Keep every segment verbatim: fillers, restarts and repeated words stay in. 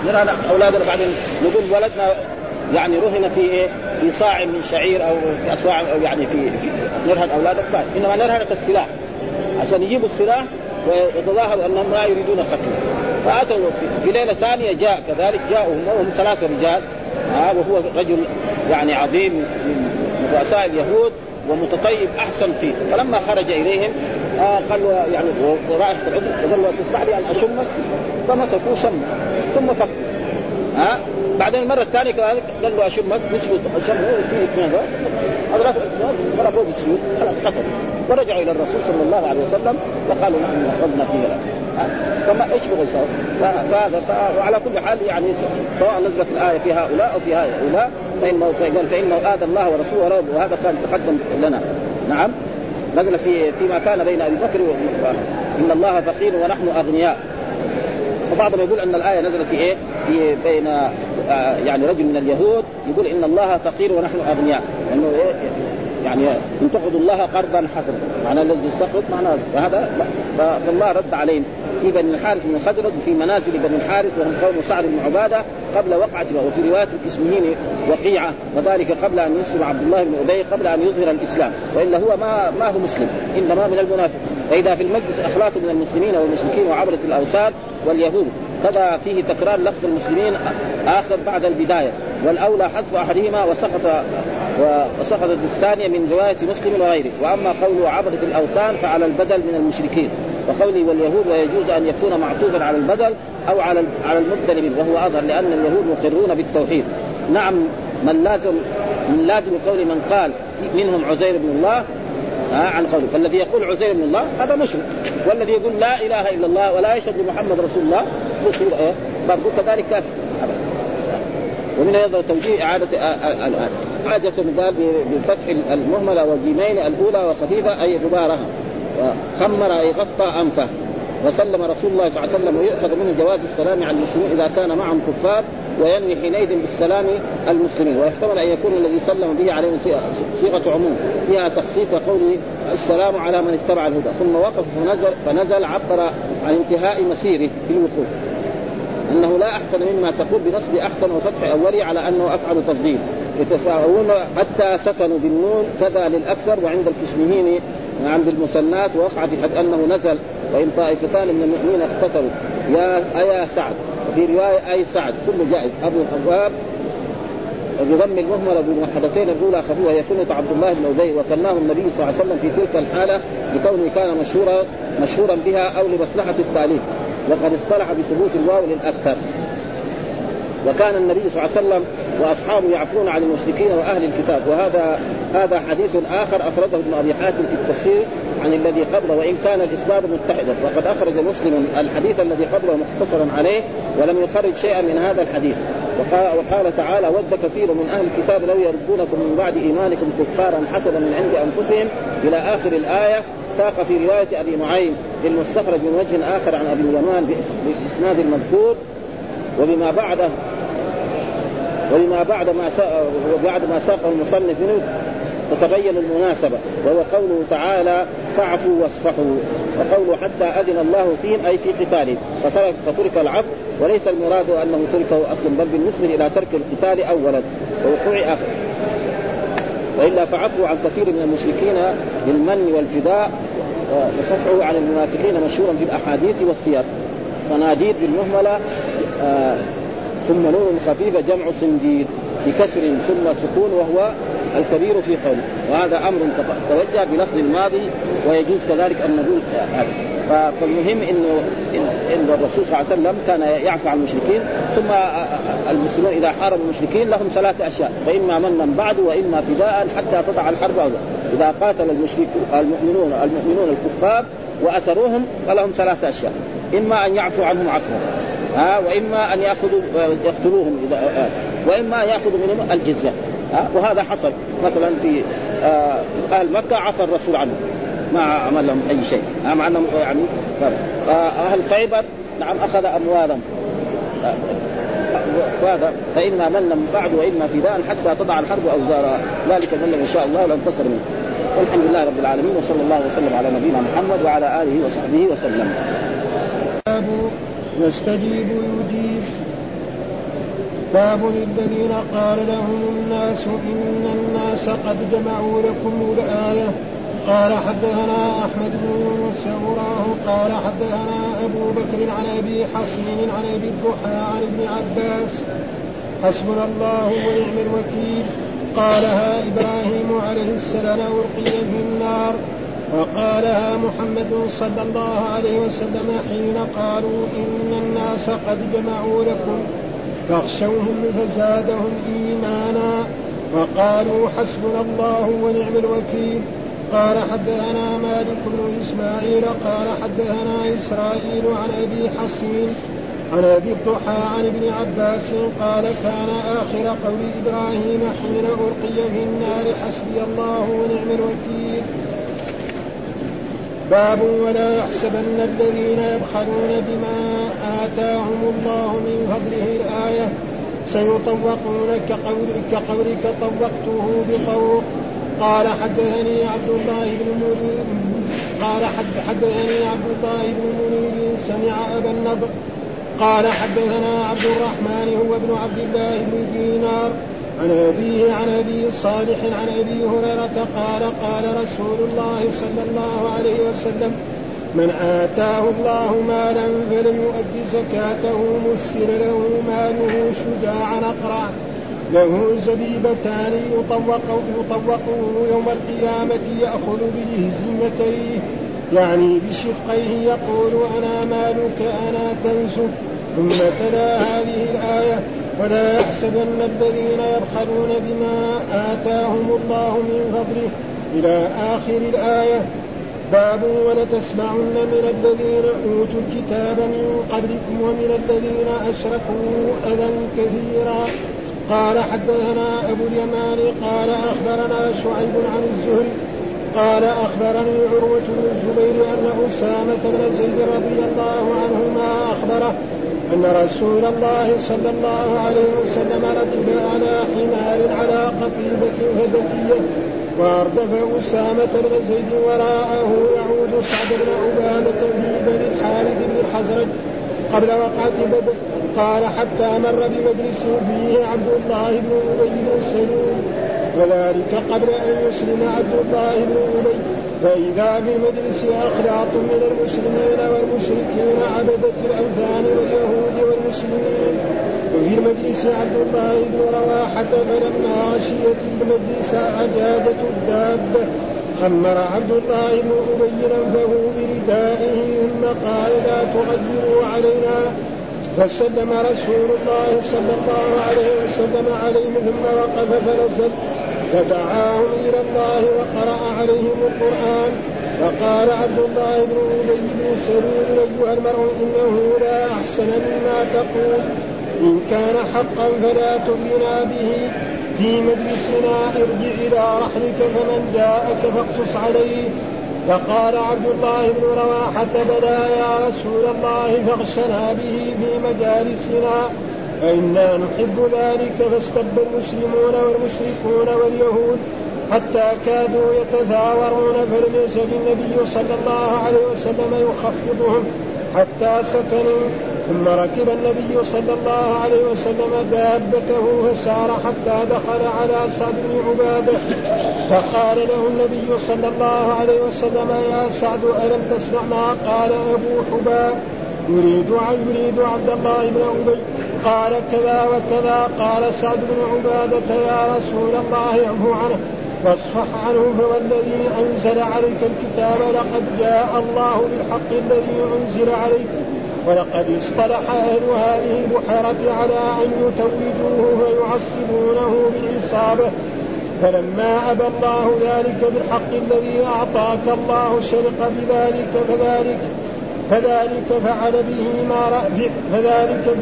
نرهن أولادنا بعدين نقول ولدنا يعني رهن في إيه في صاع من شعير أو في أصواع أو يعني في, في نرهن أولادك بعد، إنما نرهن السلاح عشان يجيبوا السلاح ويتظاهروا أنهم لا يريدون قتله. فأتوا في ليلة ثانية جاء كذلك جاءوا وهم ثلاثة رجال آه وهو رجل يعني عظيم من رؤساء اليهود ومتطيب أحسن طيب. فلما خرج إليهم آه قالوا يعني ورائحة العذر فقالوا تسمح لي أن أشمك، فمسكوا شم ثم فقوا. ها بعدين المرة الثانية كذلك قال له أشمك مسكوا شمه وفيه اثنين أدرك ضربوه بالسيوف خلاص قتل. ورجعوا إلى الرسول صلى الله عليه وسلم وقالوا نحن أخذنا فيه فما إيش بغوا يسووا. فهذا وعلى كل حال يعني سواء نزلت الآية في هؤلاء أو في هؤلاء فإنه قال فإنه آذى الله ورسوله، وهذا كان تقدم لنا. نعم نزل في فيما كان بين أبي بكر إن الله فقير ونحن أغنياء. وبعضهم يقول أن الآية نزلت في إيه في بين آه يعني رجل من اليهود يقول إن الله فقير ونحن أغنياء، لأنه يعني إيه يعني إن تقرضوا الله قرضا حسنا معناه الذي يستقرض معناه هذا. فالله رد عليهم في بني الحارث من الخزرج في منازل بني الحارث وهم قوم سعد بن عبادة قبل وقعة، وفي رواية اسمهين وقيعة، وذلك قبل أن يسلم عبد الله بن أبي قبل أن يظهر الإسلام، وإلا هو ما ما هو مسلم إنما من المنافق. فإذا في المجلس أخلاط من المسلمين والمشركين وعبرة الأوثان واليهود كذا فيه تكرار لفظ المسلمين آخر بعد البداية، والأولى حذف أحدهما وسقط وسقطت الثانية من رواية مسلم وغيره. وأما قوله عبرة الأوثان فعلى البدل من المشركين، وقوله واليهود ويجوز أن يكون معطوفا على البدل أو على على المبدل منه، وهو أظهر لأن اليهود مقرون بالتوحيد. نعم من لازم من لازم قول من قال منهم عزير بن الله آه عن قوله، فالذي يقول عزير بن الله هذا مشرك، والذي يقول لا إله إلا الله ولا يشهد بمحمد رسول الله يصير إيه برضو كذلك كافر. ومن هذا توجيه إعادة الآن حاجة قال بفتح المهملة والجيمين الأولى وخفيفة أي غبارها، وخمر أي غطى أنفه. وسلم رسول الله صلى الله عليه وسلم ويؤخذ منه جواز السلام على المسلمين إذا كان معهم كفار، وينوي حينئذ بالسلام المسلمين. ويحتمل أن يكون الذي سلم به عليه صيغة عموم فيها تخصيص قوله السلام على من اتبع الهدى. ثم وقف فنزل, فنزل عبر عن انتهاء مسيره في الوقوف أنه لا أحسن مما تقول بنصب أحسن وفتح أولي على أنه أفعل تفضيل. يتساءلون حتى سكنوا بالنون كذا للأكثر، وعند الكشمهين عند المثنات وقع في حد أنه نزل وإن طائفتان من المؤمنين اقتتلوا يا أيا سعد، وفي رواية أي سعد كله جائز. أبو الحباب بضم المهملة بالموحدتين الأولى خفيفة وهي كنية عبد الله بن أبي، وكناه النبي صلى الله عليه وسلم في تلك الحالة لكونه كان مشهورا مشهورا بها أو لمصلحة التأليف، وقد اصطلح بثبوت الواو للأكثر. وكان النبي صلى الله عليه وسلم وأصحابه يعفون عن المشركين وأهل الكتاب. وهذا هذا حديث آخر أفرده ابن أبي حاتم في التفسير عن الذي قبله، وإن كان الإسناد متحدا. وقد أخرج مسلم الحديث الذي قبله مختصرا عليه ولم يخرج شيئا من هذا الحديث. وقال, وقال تعالى ود كثير من أهل الكتاب لو يردونكم من بعد إيمانكم كفارا حسدا من عند أنفسهم إلى آخر الآية. ساق في رواية أبي نعيم في المستخرج من وجه آخر عن أبي اليمان بإسناد المذكور. وبما بعده وبما بعد ما بعد ما ساقه المصنف منه تتبين المناسبة، وهو قوله تعالى فاعفوا واصفحوا، وقوله حتى أذن الله فيهم أي في قتالهم فترك, فترك العفو، وليس المراد أنه تركه أصلا بل بالنسبة إلى ترك القتال أولا ووقوع آخر. وإلا فعفوا عن كثير من المشركين بالمن والفداء، وصفحه عن المنافقين مشهورا في الأحاديث والسير. صناديد بالمهملة آه ثم نون خفيفة جمع صنديد بكسر ثم سكون وهو الكبير في قوله، وهذا أمر توجه بلفظ الماضي ويجوز كذلك أن نقول هذا. فالمهم إنه إن الرسول صلى الله عليه وسلم كان يعفو عن المشركين. ثم المسلمون إذا حاربوا المشركين لهم ثلاث أشياء، فإما منا بعد وإما فداء حتى تضع الحرب أولا. إذا قاتل المشركون المؤمنون المؤمنون الكفار وأسروهم فلهم ثلاث أشياء، إما أن يعفو عنهم عفوا ها، وإما أن يأخذوا يقتلوهم إذا آه. وإما يأخذوا منهم الجزية ها. وهذا حصل مثلا في آه أهل مكة عفى الرسول عنهم ما عمل لهم أي شيء، مع أنهم يعني آه أهل خيبر نعم أخذ أموالهم آه. فهذا فإما من بعد وإما فداء حتى تضع الحرب أوزارها، ذلك من إن شاء الله لانتصر منه. والحمد لله رب العالمين، وصلى الله وسلم على نبينا محمد وعلى آله وصحبه وسلم. يستجيب يجيب باب الذين قال لهم الناس إن الناس قد جمعوا لكم الآية. قال حدثنا أحمد بن سوراه قال حدثنا أبو بكر عن أبي حصين عن أبي الضحى عن ابن عباس حسبنا الله ونعم الوكيل قالها إبراهيم عليه السلام ألقي في النار، وقالها محمد صلى الله عليه وسلم حين قالوا إن الناس قد جمعوا لكم فاخشوهم فزادهم إيمانا وقالوا حسبنا الله ونعم الوكيل. قال حدثنا مالك بن إسماعيل قال حدثنا إسرائيل عن أبي حصين عن أبي الضحى عن ابن عباس قال كان آخر قول إبراهيم حين ألقي في النار حسبي الله ونعم الوكيل. باب ولا يحسبن الذين يبخلون بما آتاهم الله من فضله الآية سيطوقون كقولك طوقته بطوق. قال حدثني عبد الله بن منير قال حدثني عبد الله بن منير سمع أبا النضر قال حدثنا عبد الرحمن هو ابن عبد الله بن دينار عن أبيه عن أبي صالح عن أبي هريرة قال قال رسول الله صلى الله عليه وسلم من آتاه الله مالا فلم يؤد زكاته مثل له ماله شجاعا أقرع له زبيبتان يطوقه يوم القيامة يأخذ بجهزمتيه يعني بشفقيه يقول أنا مالك أنا كنزك. ثم تلا هذه الآية ولا يحسبن الذين يبخلون بما آتاهم الله من فضله إلى آخر الآية. باب ولتسمعن من الذين أوتوا الكتاب من قبلكم ومن الذين أشركوا أذى كثيرا. قال حدثنا أبو اليمان قال أخبرنا شعيب عن الزهري قال أخبرني عروة بن الزبير أن أسامة بن زيد رضي الله عنهما أخبره أن رسول الله صلى الله عليه وسلم ركب على حمار على قطيبة فدكية وأردف أسامة بن زيد وراءه يعود سعد بن عبادة في بني الحارث بن الحزرج قبل وقعة بدر. قال حتى مر بمجلس فيه عبد الله بن أبي بن سلول وذلك قبل أن يسلم عبد الله بن أبي فإذا بالمجلس أخلاط من المسلمين والمشركين عبدة الأوثان واليهود والمسلمين وفي المجلس عبد الله بن رواحة فلما غشيت المجلس عجاجة الدابة خمر عبد الله بن أبي أنفه بردائه ثم قال لا تغيروا علينا فسلم رسول الله صلى الله عليه وسلم عليهم ثم وقف فنزل فدعاهم إلى الله وقرأ عليهم القرآن. فقال عبد الله بن أبي بن سلول أيها المرء إنه لا أحسن مما تقول إن كان حقا فلا تؤذنا به في مجلسنا ارجع إلى رحلك فمن جاءك فاقصص عليه. فقال عبد الله بن رواحة بلى يا رسول الله فاغشنا به في مجالسنا فإنا نحب ذلك. فاستب المسلمون والمشركون واليهود حتى كادوا يتثاورون فلم يزل النبي صلى الله عليه وسلم يخفضهم حتى سكنوا. ثم ركب النبي صلى الله عليه وسلم دابته فسار حتى دخل على سعد بن عبادة فقال له النبي صلى الله عليه وسلم يا سعد ألم تسمع ما قال أبو حباب يريد يريد عبد الله بن أبي قال كذا وكذا. قال سعد بن عبادة يا رسول الله اعفو عنه واصفح عنه فوالذي أنزل عليك الكتاب لقد جاء الله بالحق الذي أنزل عليك ولقد اصطلح أهل هذه البحيرة على أن يتوجوه فيعصبونه بالعصابة فلما أبى الله ذلك بالحق الذي أعطاك الله شرق بذلك فذلك فذلك فعل به ما رأيت فذلك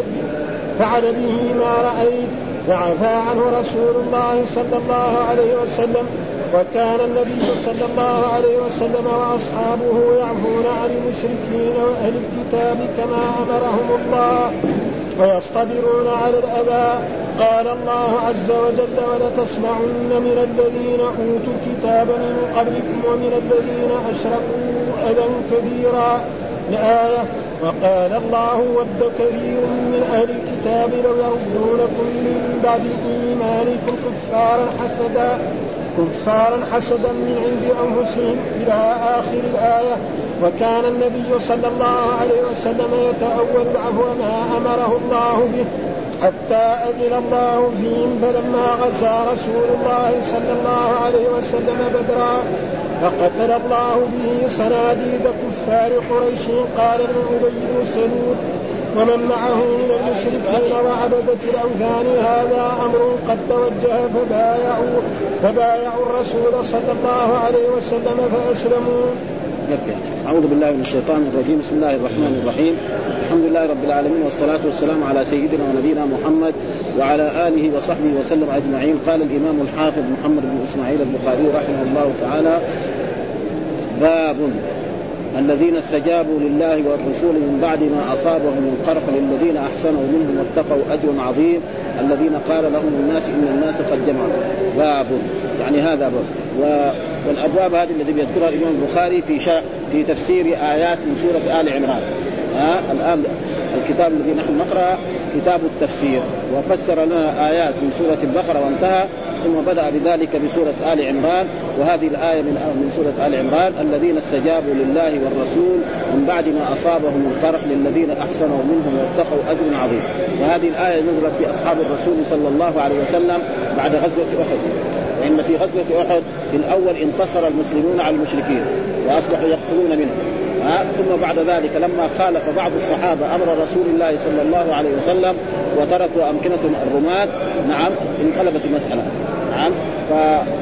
فعل به ما رأيت فعفى عنه رسول الله صلى الله عليه وسلم. وكان النبي صلى الله عليه وسلم وأصحابه يعفون عن المشركين وأهل الكتاب كما أمرهم الله ويصطبرون على الأذى. قال الله عز وجل ولتسمعن من الذين أوتوا الكتاب من قبلكم ومن الذين أشركوا أذى كثيرا الآية. وقال الله ود كثير من أهل الكتاب لو يردونكم من بعد إيمانكم كفارا حسدا كفارا حسدا من عند أنفسهم إلى آخر الآية. وكان النبي صلى الله عليه وسلم يتأول العفو ما أمره الله به حتى أذن الله فيهم. فلما غزا رسول الله صلى الله عليه وسلم بدرا فقتل الله به صناديد كفار قريش قال ابن أبي بن سلول ومن معه من المشركين وعبدة الأوثان هذا أمر قد توجه فبايعوا, فبايعوا الرسول صلى الله عليه وسلم فأسلموا. أعوذ بالله من الشيطان الرجيم. بسم الله الرحمن الرحيم. الحمد لله رب العالمين والصلاة والسلام على سيدنا ونبينا محمد وعلى آله وصحبه وسلم أجمعين. قال الإمام الحافظ محمد بن إسماعيل البخاري رحمه الله تعالى: باب الذين استجابوا لله والرسول من بعد ما أصابهم من قرح للذين أحسنوا منهم واتقوا أجر عظيم الذين قال لهم الناس إن الناس قد جمعوا. باب يعني هذا باب. والأبواب هذه التي يذكرها الإمام البخاري في شا... في تفسير آيات من سورة آل عمران. ها الآن الكتاب الذي نحن نقرأ كتاب التفسير، وفسر لنا آيات من سورة البقرة وانتهى، ثم بدأ بذلك بسورة آل عمران. وهذه الآية من من سورة آل عمران: الذين استجابوا لله والرسول من بعد ما أصابهم القرح للذين أحسنوا منهم واتقوا أجر عظيم. وهذه الآية نزلت في أصحاب الرسول صلى الله عليه وسلم بعد غزوة أحد. فإن في غزوة أحد في الأول انتصر المسلمون على المشركين وأصبحوا يقتلون منهم. ها ثم بعد ذلك لما خالف بعض الصحابة أمر رسول الله صلى الله عليه وسلم وتركوا أمكنة الرماة، نعم انقلبت المسألة. نعم ف...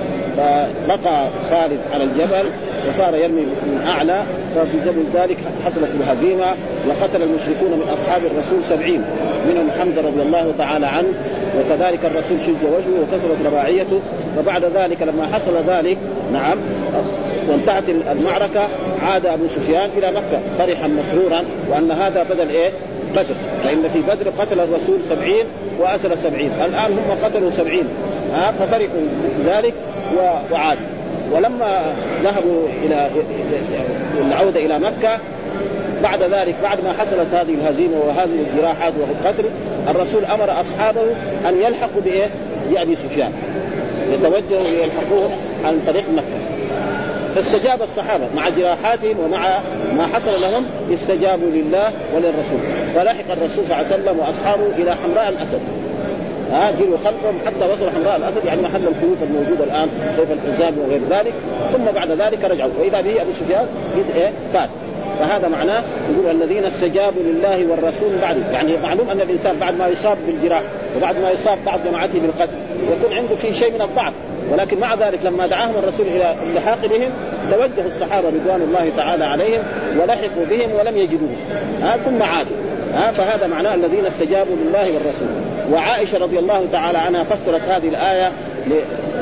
فبقى خالد على الجبل وصار يرمي من أعلى، ففي جبل ذلك حصلت الهزيمة وقتل المشركون من أصحاب الرسول سبعين، منهم حمزة رضي الله تعالى عنه، وكذلك الرسول شج وجهه وكسرت رباعيته. فبعد ذلك لما حصل ذلك نعم وانتهت المعركة عاد أبو سفيان إلى مكة فرحا مسرورا وأن هذا بدل إيه بدر، فإن في بدر قتل الرسول سبعين وأسر سبعين، الآن هم قتلوا سبعين ها ففرحوا ذلك وعاد. ولما ذهبوا إلى العودة إلى مكة بعد ذلك بعد ما حصلت هذه الهزيمة وهذه الجراحات والقتل، الرسول أمر أصحابه أن يلحقوا بإيه بأبي سفيان، يتوجهوا ليلحقوه عن طريق مكة. فاستجاب الصحابة مع جراحاتهم ومع ما حصل لهم، استجابوا لله وللرسول، فلحق الرسول صلى الله عليه وسلم وأصحابه إلى حمراء الأسد، ها جروا خلفهم حتى وصلوا حمراء الأسد، يعني محل الخيوط الموجودة الآن كيف الحزام وغير ذلك. ثم بعد ذلك رجعوا وإذا به أبو سفيان قد إيه فات. فهذا معناه يقول الذين استجابوا لله والرسول بعد، يعني معلوم أن الإنسان بعد ما يصاب بالجراح وبعد ما يصاب بعض جماعته بالقتل يكون عنده فيه شيء من الضعف، ولكن مع ذلك لما دعاهم الرسول إلى اللحاق بهم توجه الصحابة رضوان الله تعالى عليهم ولحقوا بهم ولم يجدوهم، ها ثم عادوا. ها فهذا معناه الذين استجابوا لله والرسول. وعائشة رضي الله تعالى عنها فسرت هذه الآية ل...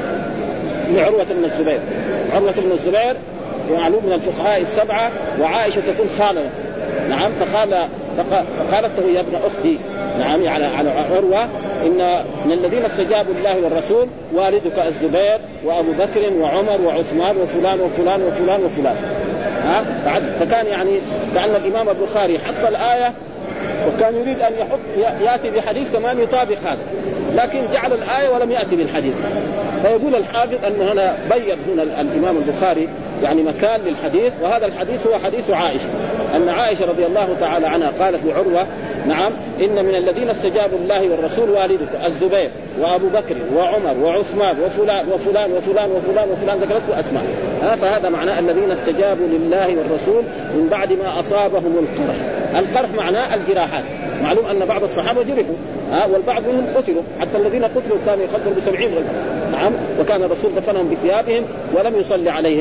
لعروة بن الزبير. عروة بن الزبير معلوم من الفقهاء السبعة، وعائشة تكون خالة، نعم فقال فقالت له يا ابن أختي، نعم على على عروة، إن من الذين استجابوا لله والرسول والدك الزبير وأبو بكر وعمر وعثمان وفلان وفلان وفلان وفلان. ها فكان يعني كأن الإمام البخاري حط الآية وكان يريد أن يحط يأتي بحديث كمان يطابق هذا، لكن جعل الآية ولم يأتي بالحديث. فيقول الحافظ أن هنا بيّن هنا الإمام البخاري يعني مكان للحديث، وهذا الحديث هو حديث عائشة، أن عائشة رضي الله تعالى عنها قالت لعروة نعم إن من الذين استجابوا الله والرسول والدك الزبير وأبو بكر وعمر وعثمان وفلان وفلان وفلان وفلان وفلان ذكرته أسماء. ها فهذا معناه الذين استجابوا لله والرسول من بعد ما أصابهم القرح. القرح معناه الجراحات، معلوم أن بعض الصحابة جرحوا ها والبعض منهم قتلوا، حتى الذين قتلوا كانوا يقتلوا بسبعين رجل، نعم وكان الرسول دفنهم بثيابهم ولم يصلي عليهم.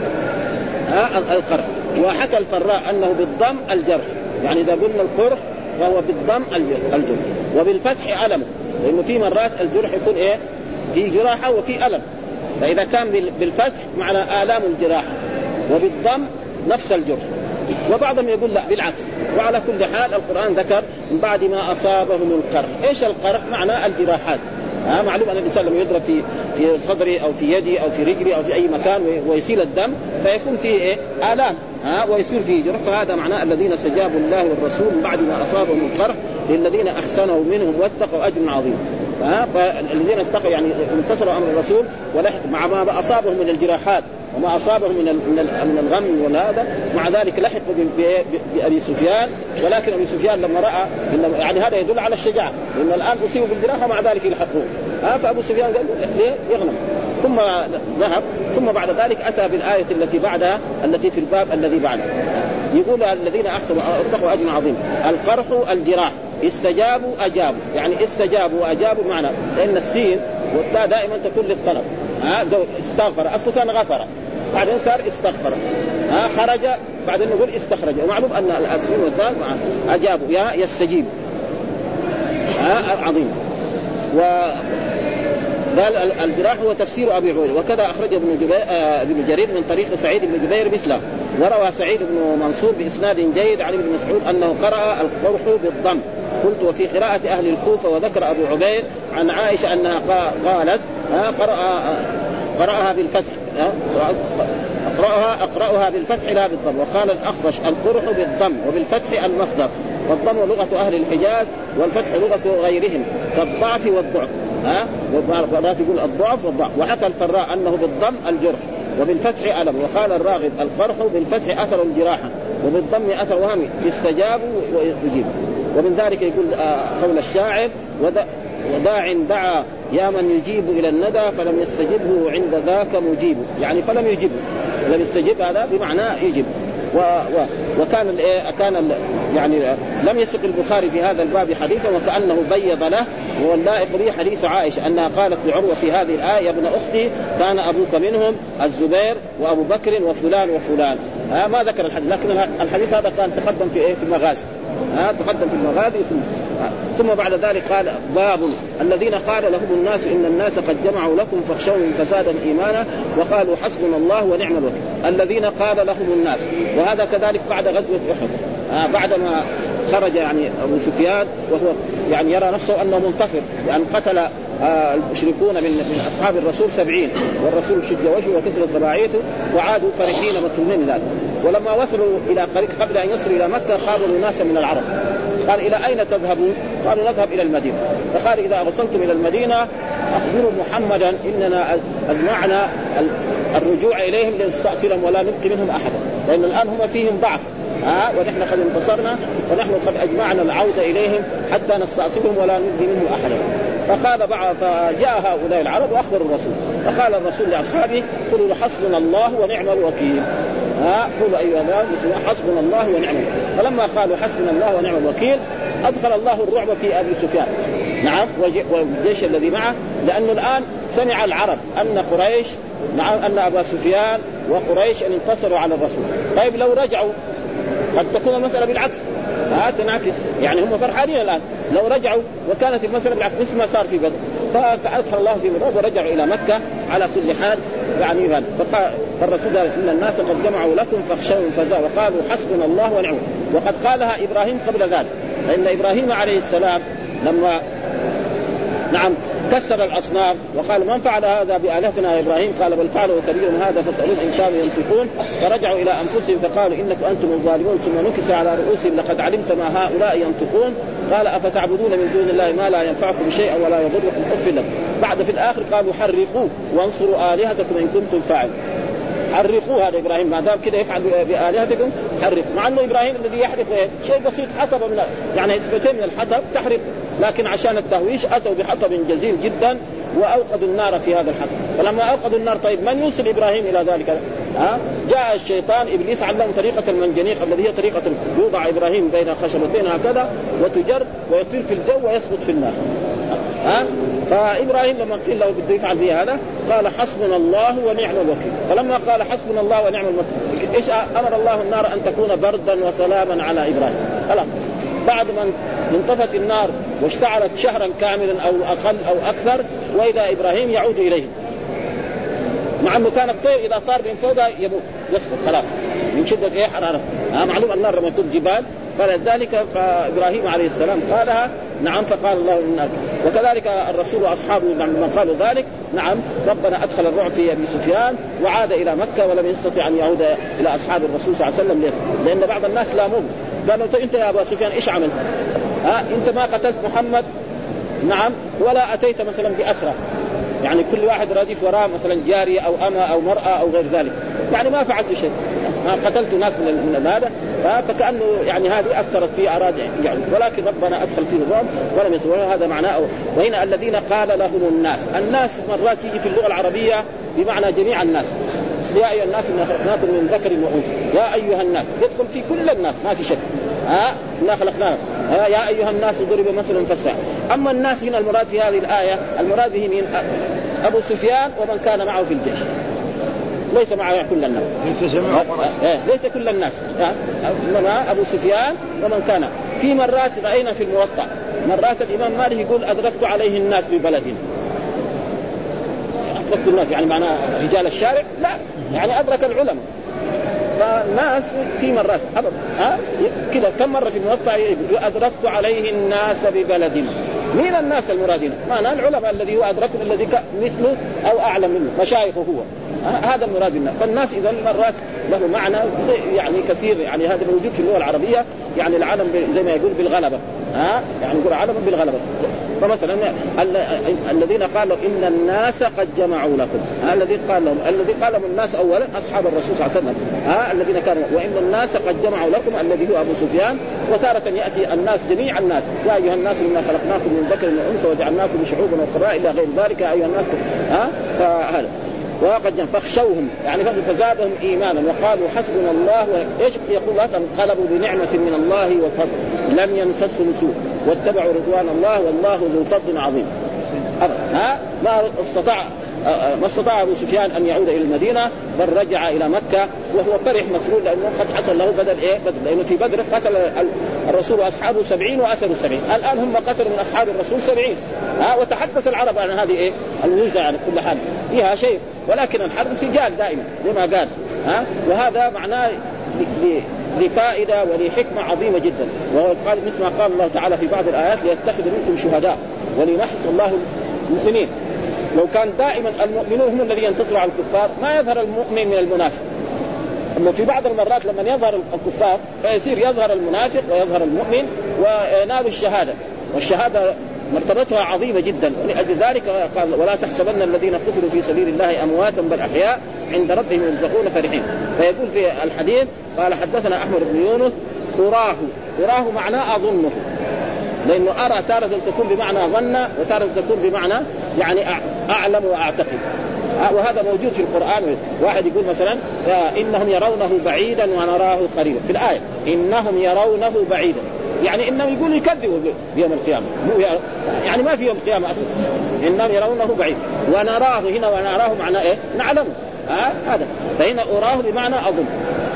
ها القرح. وحكى الفراء أنه بالضم الجرح، يعني إذا قلنا القرح فهو بالضم الجرح وبالفتح ألم، لأنه في مرات الجرح يكون إيه في جراحة وفي ألم، فإذا كان بالفتح معنى آلام الجراحة وبالضم نفس الجرح. وبعضهم يقول لا بالعكس. وعلى كل حال القرآن ذكر من بعد ما أصابهم القرح. إيش القرح؟ معنى الجراحات. ها معلوم أن الإنسان لما يضرب في في صدري أو في يدي أو في رجلي أو في أي مكان ويسيل الدم فيكون فيه إيه آلام ها ويصير فيه جرح، فهذا معناه الذين استجابوا الله والرسول بعد ما أصابهم القرح للذين احسنوا منهم واتقوا اجر عظيم. فالذين اتقوا يعني امتثلوا امر الرسول ولحق مع ما اصابهم من الجراحات وما اصابهم من من الغم وهذا، مع ذلك لحقوا بابي سفيان. ولكن ابي سفيان لما راى يعني هذا يدل على الشجاعه، لان الان اصيبوا بالجراحه ومع ذلك يلحقوه. ها فابو سفيان قال ليه يغنم، ثم ذهب. ثم بعد ذلك اتى بالايه التي بعدها التي في الباب الذي بعده، يقول الذين احسنوا اتقوا اجر عظيم. القرح الجراح، استجابوا اجابوا، يعني استجابوا واجابوا معنا، لان السين والتاء دائما تكون للطلب. ها زو استغفر اصله كان غفر بعدين صار استغفر. ها خرج بعدين نقول استخرج، ومعلوم ان السين والتاء اجابوا يا يستجيب. ها عظيم. و قال الجراح هو تفسير أبي عبيدة، وكذا أخرج ابن, ابن جرير من طريق سعيد بن جبير مثله. وروى سعيد بن منصور بإسناد جيد عن ابن مسعود أنه قرأ القرح بالضم. قلت وفي قراءة أهل الكوفة. وذكر أبو عبيد عن عائشة أنها قالت قرأ قرأها بالفتح، أقرأها أقرأها بالفتح لا بالضم. وقال الأخفش القرح بالضم وبالفتح المصدر، والضم لغة أهل الحجاز والفتح لغة غيرهم كالضعف والضعف. ها وبعض يقول الضعف والضعف. وحكى الفراء أنه بالضم الجرح وبالفتح ألم. وقال الراغب القرح بالفتح أثر الجراحة وبالضم أثر وهم استجابوا ويجيب. ومن ذلك يقول قول الشاعر وداع دعا يا من يجيب إلى الندى فلم يستجبه عند ذاك مجيب، يعني فلم يجيبه، لم يستجيب هذا بمعنى يجيب. و و وكان كان يعني لم يسق البخاري في هذا الباب حديثا وكأنه بيض له. واللائق به حديث عائشة أنها قالت لعروة في هذه الآية يا ابن أختي كان أبوك منهم الزبير وأبو بكر وفلان وفلان. ها ما ذكر الحديث، لكن الحديث هذا كان تقدم في إيه في المغازي. ها تقدم في المغازي. ثم ثم بعد ذلك قال باب الذين قال لهم الناس إن الناس قد جمعوا لكم فاخشوهم فزادوا إيمانا وقالوا حسبنا الله ونعم الوكيل. الذين قال لهم الناس، وهذا كذلك بعد غزوة أحد. آه بعدما خرج يعني أبو سفيان وهو يعني يرى نفسه أنه منتصر، يعني قتل آه المشركون من من أصحاب الرسول سبعين، والرسول شد وجهه وكسرت رباعيته وعادوا فرحين مسلمين ذلك. ولما وصلوا إلى قريب قبل أن يصلوا إلى مكة قالوا ناس من العرب، قال إلى أين تذهبون؟ قالوا نذهب إلى المدينة. فقال إذا وصلتم إلى المدينة أخبروا محمدا إننا أزمعنا الرجوع إليهم لنستأصلهم ولا نبقي منهم أحدا، لأن الآن هم فيهم ضعف. ها ونحن قد انتصرنا ونحن قد أجمعنا العودة إليهم حتى نستأصلهم ولا نبقي منهم أحدا. فقال بعض فجاء هؤلاء العرب وأخبروا الرسول، فقال الرسول لأصحابه قولوا حسبنا الله ونعم الوكيل. ها قولوا أيها الناس حسبنا الله ونعم الوكيل. فلما قالوا حسبنا الله ونعم الوكيل أدخل الله الرعب في أبي سفيان نعم والجيش الذي معه، لأنه الآن سمع العرب أن قريش نعم أن أبا سفيان وقريش أن انتصروا على الرسول. طيب لو رجعوا قد تكون المسألة بالعكس، ها تنعكس، يعني هم فرحانين الآن لو رجعوا وكانت المسألة بالعكس مثل ما صار في بدر. فأدخل الله في الرعب ورجعوا إلى مكة على كل حال يعني هذا. فالرسول قال إن الناس قد جمعوا لكم فاخشوا فزادوا وقالوا حسبنا الله ونعم. وقد قالها إبراهيم قبل ذلك، فإن إبراهيم عليه السلام لما نعم كسر الأصنام وقال من فعل هذا بآلهتنا يا إبراهيم؟ قال بل فعله كبيرهم هذا فاسألوهم إن كانوا ينطقون. فرجعوا إلى أنفسهم فقالوا إنكم أنتم الظالمون ثم نكس على رؤوسهم لقد علمت ما هؤلاء ينطقون. قال أفتعبدون من دون الله ما لا ينفعكم شيئا ولا يضركم أف لكم. بعد في الآخر قالوا حرقوا وانصروا آلهتكم إن كنتم فاعلين. حرقوا هذا إبراهيم ما دام كده يفعل بآلهتكم حرق، مع أنه إبراهيم الذي يحرق شيء بسيط حطب من يعني اسبتين من الحطب تحرق، لكن عشان التهويش أتوا بحطب جزيل جدا وأوقدوا النار في هذا الحطب. فلما أوقدوا النار طيب من يوصل إبراهيم إلى ذلك؟ ها جاء الشيطان إبليس علم طريقة المنجنيق الذي هي طريقة يوضع إبراهيم بين خشبتين هكذا وتجر ويطير في الجو ويسقط في النار. ها فإبراهيم لما قيل له بده يفعل به هذا قال حسبنا الله ونعم الوكيل. فلما قال حسبنا الله ونعم الوكيل إيش أمر الله النار أن تكون بردا وسلاما على إبراهيم. خلاص بعد ما انطفت النار واشتعلت شهرا كاملا أو أقل أو أكثر وإذا إبراهيم يعود إليه، مع أنه كان الطير إذا طار من فوقها يموت يسقط خلاص من شدة إيه حرارة. ها معلوم النار لما تكون جبال. فلذلك فإبراهيم عليه السلام قالها نعم فقال الله إنك. وكذلك الرسول وأصحابه لما قالوا ذلك نعم ربنا أدخل الرعب في أبي سفيان وعاد إلى مكة ولم يستطع أن يعود إلى أصحاب الرسول صلى الله عليه وسلم. ليه؟ لأن بعض الناس لاموه قالوا أنت يا أبا سفيان إيش عمل؟ ها انت ما قتلت محمد نعم ولا اتيت مثلا باسرى، يعني كل واحد رادف وراء مثلا جارية او امه او مرأة او غير ذلك، يعني ما فعلت شيء، ما قتلت ناس من هذا، فكأنه يعني هذه اثرت في اراده يعني، ولكن ربنا ادخل فيه الظلم ولم يسوى. هذا معناه. وهنا الذين قال لهم الناس، الناس مرات يجي في اللغه العربيه بمعنى جميع الناس، يا ايها الناس إنا خلقناكم من ذكر وانثى، يا ايها الناس يدخل في كل الناس ما في شك، ها إنا خلقناكم يا ايها الناس ضرب مثل فاستمعوا. اما الناس هنا المراد في هذه الايه المراد به من ابو سفيان ومن كان معه في الجيش، ليس معه كل الناس، ليس جميع آه. ليس كل الناس، انما ابو سفيان ومن كان. في مرات راينا في الموطأ مرات الامام مالك يقول ادركت عليه الناس ببلدنا، أدركت الناس يعني معناه رجال الشارع، لا يعني أدرك العلماء. فالناس في مرات أبدا ها كذا كم مرة في الموطأ أدركت عليه الناس ببلدنا. مين الناس المرادين؟ معناه العلماء الذي هو أدركه الذي مثله أو أعلم منه، مشايخه هو، هذا المراد الناس. فالناس إذا مرات له معنى يعني كثير، يعني هذا موجود في اللغة العربية، يعني العالم زي ما يقول بالغلبة، ها يعني يقول عالم بالغلبة. فمثلا الذين قالوا إن الناس قد جمعوا لكم، الذي قال لهم الذي قال لهم الناس أولا أصحاب الرسول صلى الله عليه وسلم، ها الذين كانوا وإن الناس قد جمعوا لكم الذي هو أبو سفيان. وتارة يأتي الناس جميع الناس، يا أيها الناس إنا خلقناكم من ذكر وأنثى وجعلناكم شعوبا وقبائل إلى غير ذلك يا أيها الناس، ها فهذا وقد جن فاخشوهم يعني فزادهم إيمانا وقالوا حسبنا الله. وإيش يقول الله؟ انقلبوا بنعمة من الله وفضل لم يمسسهم سوء واتبعوا رضوان الله والله ذو فضل عظيم. ها ما استطاع ما استطاع أبو سفيان أن يعود إلى المدينة، بل رجع إلى مكة وهو فرح مسرور لأنه قد حصل له بدل إيه بدل، لأنه في بدر قتل الرسول وأصحابه سبعين وأسروا سبعين، الآن هم قتلوا من أصحاب الرسول سبعين. ها وتحدث العرب عن هذه إيه الميزة، يعني كل حال فيها شيء، ولكن الحرب سجال دائما زي ما قال. ها وهذا معناه لفائدة ولحكمة عظيمة جدا. وقال مثل ما قال الله تعالى في بعض الآيات ليتخذ منكم شهداء وليمحص الله المؤمنين. لو كان دائما المؤمنون هم الذين ينتصروا على الكفار ما يظهر المؤمن من المنافق. أما في بعض المرات لما يظهر الكفار فيصير يظهر المنافق ويظهر المؤمن وينال الشهادة، والشهادة مرتبتها عظيمة جدا. ولأجل ذلك قال ولا تحسبن الذين قتلوا في سبيل الله أمواتا بل أحياء عند ربهم يرزقون فرحين. فيقول في الحديث قال حدثنا أحمد بن يونس أراه، أراه معناه أظنه، لأنه أرى تارة تكون بمعنى ظن وتارة تكون بمعنى يعني أعلم وأعتقد. وهذا موجود في القرآن. واحد يقول مثلا إنهم يرونه بعيدا ونراه قريبا، في الآية إنهم يرونه بعيدا يعني إنهم يقولوا يكذبوا بيوم القيامة، يعني ما في يوم القيامة أصلا، إنهم يرونه بعيد ونراه هنا ونراه معنى إيه نعلمه. آه هذا فهنا أراه بمعنى أظن،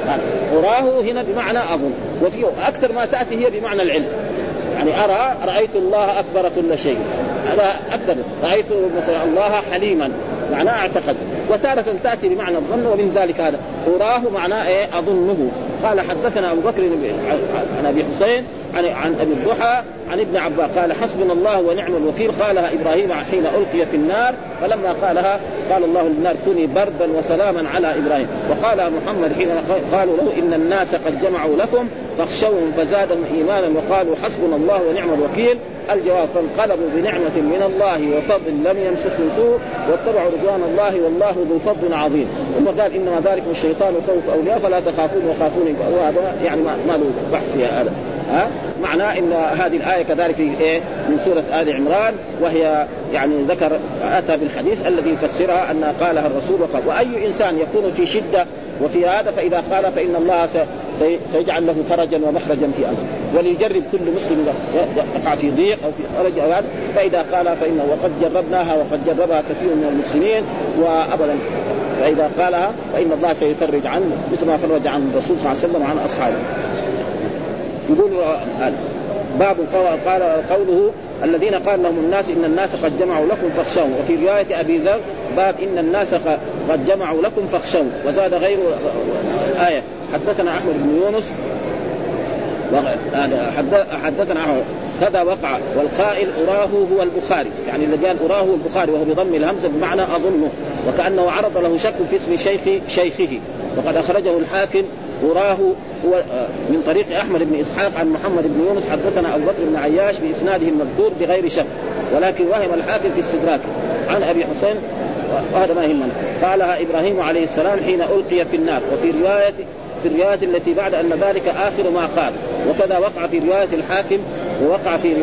أراه هنا بمعنى أظن. وفي أكثر ما تأتي هي بمعنى العلم، يعني أرى رأيت الله أكبر كل شيء، هذا أكثر. رأيت مثلا الله حليما معناه أعتقد. وتارة تأتي بمعنى الظن، ومن ذلك هذا أراه معناه إيه أظنه. قال حدثنا أبو بكر عن أبي حسين عن عن أبي الضحى عن ابن عباس قال حسبنا الله ونعم الوكيل. قالها إبراهيم حين ألقي في النار، فلما قالها قال الله للنار كوني بردا وسلاما على إبراهيم. وقال محمد حين قالوا له إن الناس قد جمعوا لكم فاخشوهم فزادهم إيمانا وقالوا حسبنا الله ونعم الوكيل. الجواب فانقلبوا بنعمة من الله وفضل لم يمسسهم سوء واتبعوا رضوان الله والله ذو فضل عظيم. ثم قال إنما ذلك الشيطان يخوف أولياء فلا تخافون وخافوني. وهذا يعني ما له بحث فيها هذا. ها معناه إن هذه الآية كذلك في إيه من سورة آل عمران، وهي يعني ذكر أتى بالحديث الذي يفسرها أن قالها الرسول وقال وأي إنسان يكون في شدة وفي هذا فإذا قال فإن الله سيجعل له فرجا ومخرجا في أمره. وليجرب كل مسلم يقع في ضيق أو في فرج أو هذا فإذا قال فإنه وقد جربناها وقد جربها كثير من المسلمين وأبدا فإذا قالها فإن الله سيفرج عنه مثل ما فرج عن الرسول صلى الله عليه وسلم وعن أصحابه. يقول باب قال قوله الذين قال لهم الناس إن الناس قد جمعوا لكم فاخشوهم. وفي رواية أبي ذر باب إن الناس قد جمعوا لكم فاخشوهم. وزاد غير آية حدثنا أحمد بن يونس حدثنا أحمد هذا وقع والقائل أراه هو البخاري، يعني اللي قال أراه هو البخاري وهو بضم الهمزة بمعنى أظنه، وكأنه عرض له شك في اسم شيخ شيخه. وقد أخرجه الحاكم وراه هو من طريق أحمد بن إسحاق عن محمد بن يونس حدثنا أبو بكر بن عياش بإسناده المذكور بغير شك، ولكن وهم الحاكم في استدراكه عن أبي حسين، وهذا ما يهمنا. قالها إبراهيم عليه السلام حين ألقي في النار، وفي رواية في الرواية التي بعد أن ذلك آخر ما قال، وكذا وقع في رواية الحاكم، ووقع في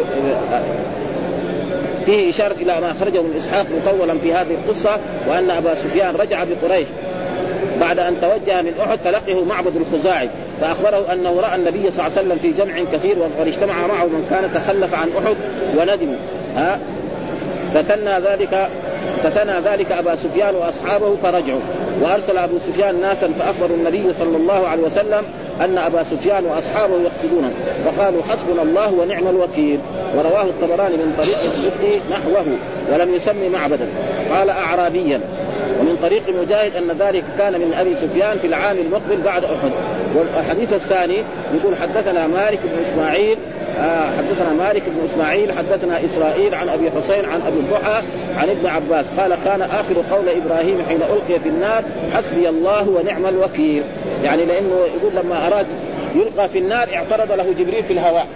فيه إشارة إلى ما خرجه من إسحاق مطولا في هذه القصة، وأن أبا سفيان رجع بقريش بعد أن توجه من أحد فلقيه معبد الخزاعي، فأخبره أنه رأى النبي صلى الله عليه وسلم في جمع كثير وقد اجتمع معه من كان تخلف عن أحد وندم، ها فتنى ذلك فتنى ذلك أبا سفيان وأصحابه فرجعوا، وأرسل أبو سفيان ناسا فأخبروا النبي صلى الله عليه وسلم أن أبا سفيان وأصحابه يقصدونه، فقالوا حسبنا الله ونعم الوكيل. ورواه الطبراني من طريق السدي نحوه ولم يسمي معبدا، قال أعرابيا. ومن طريق مجاهد أن ذلك كان من أبي سفيان في العام المقبل بعد أحد. والحديث الثاني يقول حدثنا مالك بن إسماعيل آه حدثنا مالك بن إسماعيل حدثنا إسرائيل عن أبي حسين عن أبي الضحى عن ابن عباس قال كان آخر قول إبراهيم حين ألقي في النار حسبي الله ونعم الوكيل، يعني لأنه يقول لما أراد يلقى في النار اعترض له جبريل في الهواء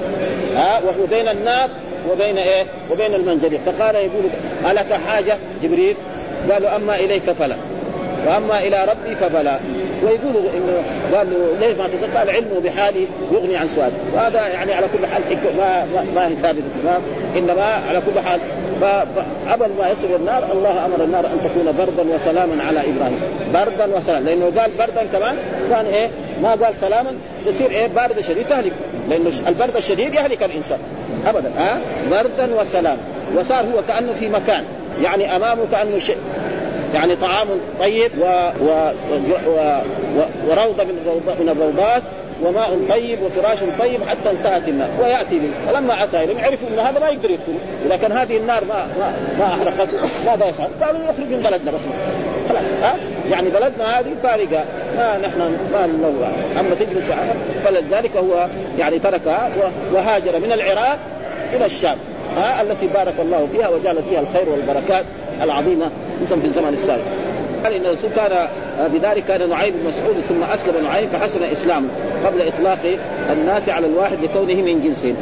ها آه وهو بين النار وبين إيه وبين المنجليق، فقال يقول ألك حاجة جبريل؟ قالوا أما إليك فلا وأما إلى ربي فبلا. ويقولوا إنه قال له ليه ما تسأل؟ قال علمه بحالي يغني عن سؤال. وهذا يعني على كل حال ما ما هي ثابتة، إنما على كل حال فقبل ما يصل النار الله أمر النار أن تكون بردا وسلاما على إبراهيم، بردا وسلاما، لأنه قال بردا كمان كان إيه ما قال سلاما يصير إيه بارد شديد تهلك، لأنه البرد الشديد يهلك الإنسان أبدا ها بردا وسلاما. وصار هو كأنه في مكان يعني أمامه كأنه شيء يعني طعام طيب و... و... و... و... وروضة من الروض... من الروضات وماء طيب وفراش طيب حتى انتهت النار ويأتي به. فلما أتى إليهم عرفوا أن هذا ما يقدر يدخل، ولكن هذه النار ما ما, ما أحرقته ماذا يفعل؟ قالوا يخرج من بلدنا بس خلاص ها يعني بلدنا هذه فارقة ما نحن ما ننوع أما تجلس فلذلك هو يعني تركها وهاجر من العراق إلى الشام ها التي بارك الله فيها وجعل فيها الخير والبركات العظيمة خصوصا في الزمن السابق. قال إن الرسول كان بذلك كان نعيم بن مسعود ثم أسلم نعيم فحسن إسلامه قبل إطلاق الناس على الواحد لكونه من جنسه.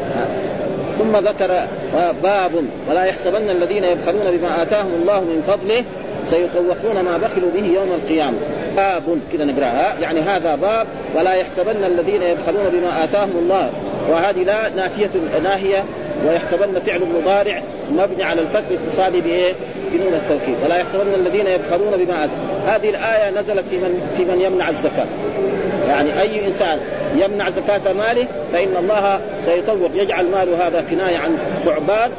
ثم ذكر باب ولا يحسبن الذين يبخلون بما آتاهم الله من فضله سيطوقون ما بخلوا به يوم القيامة. باب كده نقرأها يعني هذا باب ولا يحسبن الذين يبخلون بما آتاهم الله، وهذه لا نافية ناهية، ويحسبن فعل مضارع مبني على الفتح الاتصالي بايه بنون التوكيد. ولا يحسبن الذين يبخلون بما آتاهم. هذه الآية نزلت في من في من يمنع الزكاة، يعني أي إنسان يمنع زكاة ماله فإن الله سيطوق يجعل ماله هذا كناية عن ثعبان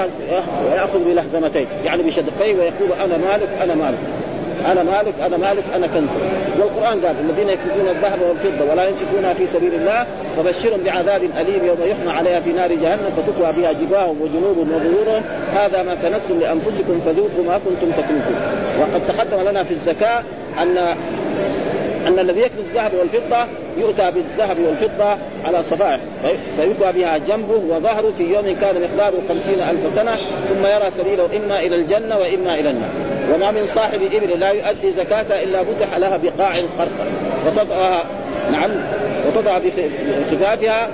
ويأخذ بلهزمتين يعني بشدقيه ويقول أنا مالك أنا مالك أنا مالك أنا مالك أنا كنز. والقرآن قال الذين يكنزون الذهب والفضة ولا ينفقونها في سبيل الله فبشرهم بعذاب أليم يوم يحمى عليها في نار جهنم فتكوى بها جباههم وجنوبهم وظهورهم هذا ما كنزتم لأنفسكم فذوقوا ما كنتم تكنزون. وقد تقدم لنا في الزكاة أن أن الذي يكنز الذهب والفضة يؤتى بالذهب والفضة على صفائح فيؤتى بها جنبه وظهره في يوم كان مقداره خمسين ألف سنة ثم يرى سبيله إما إلى الجنة وإما إلى النار. وما من صاحب إبل لا يؤدي زكاة إلا فتح لها بقاع قرقر وتضعها نعم وتضع بخفافها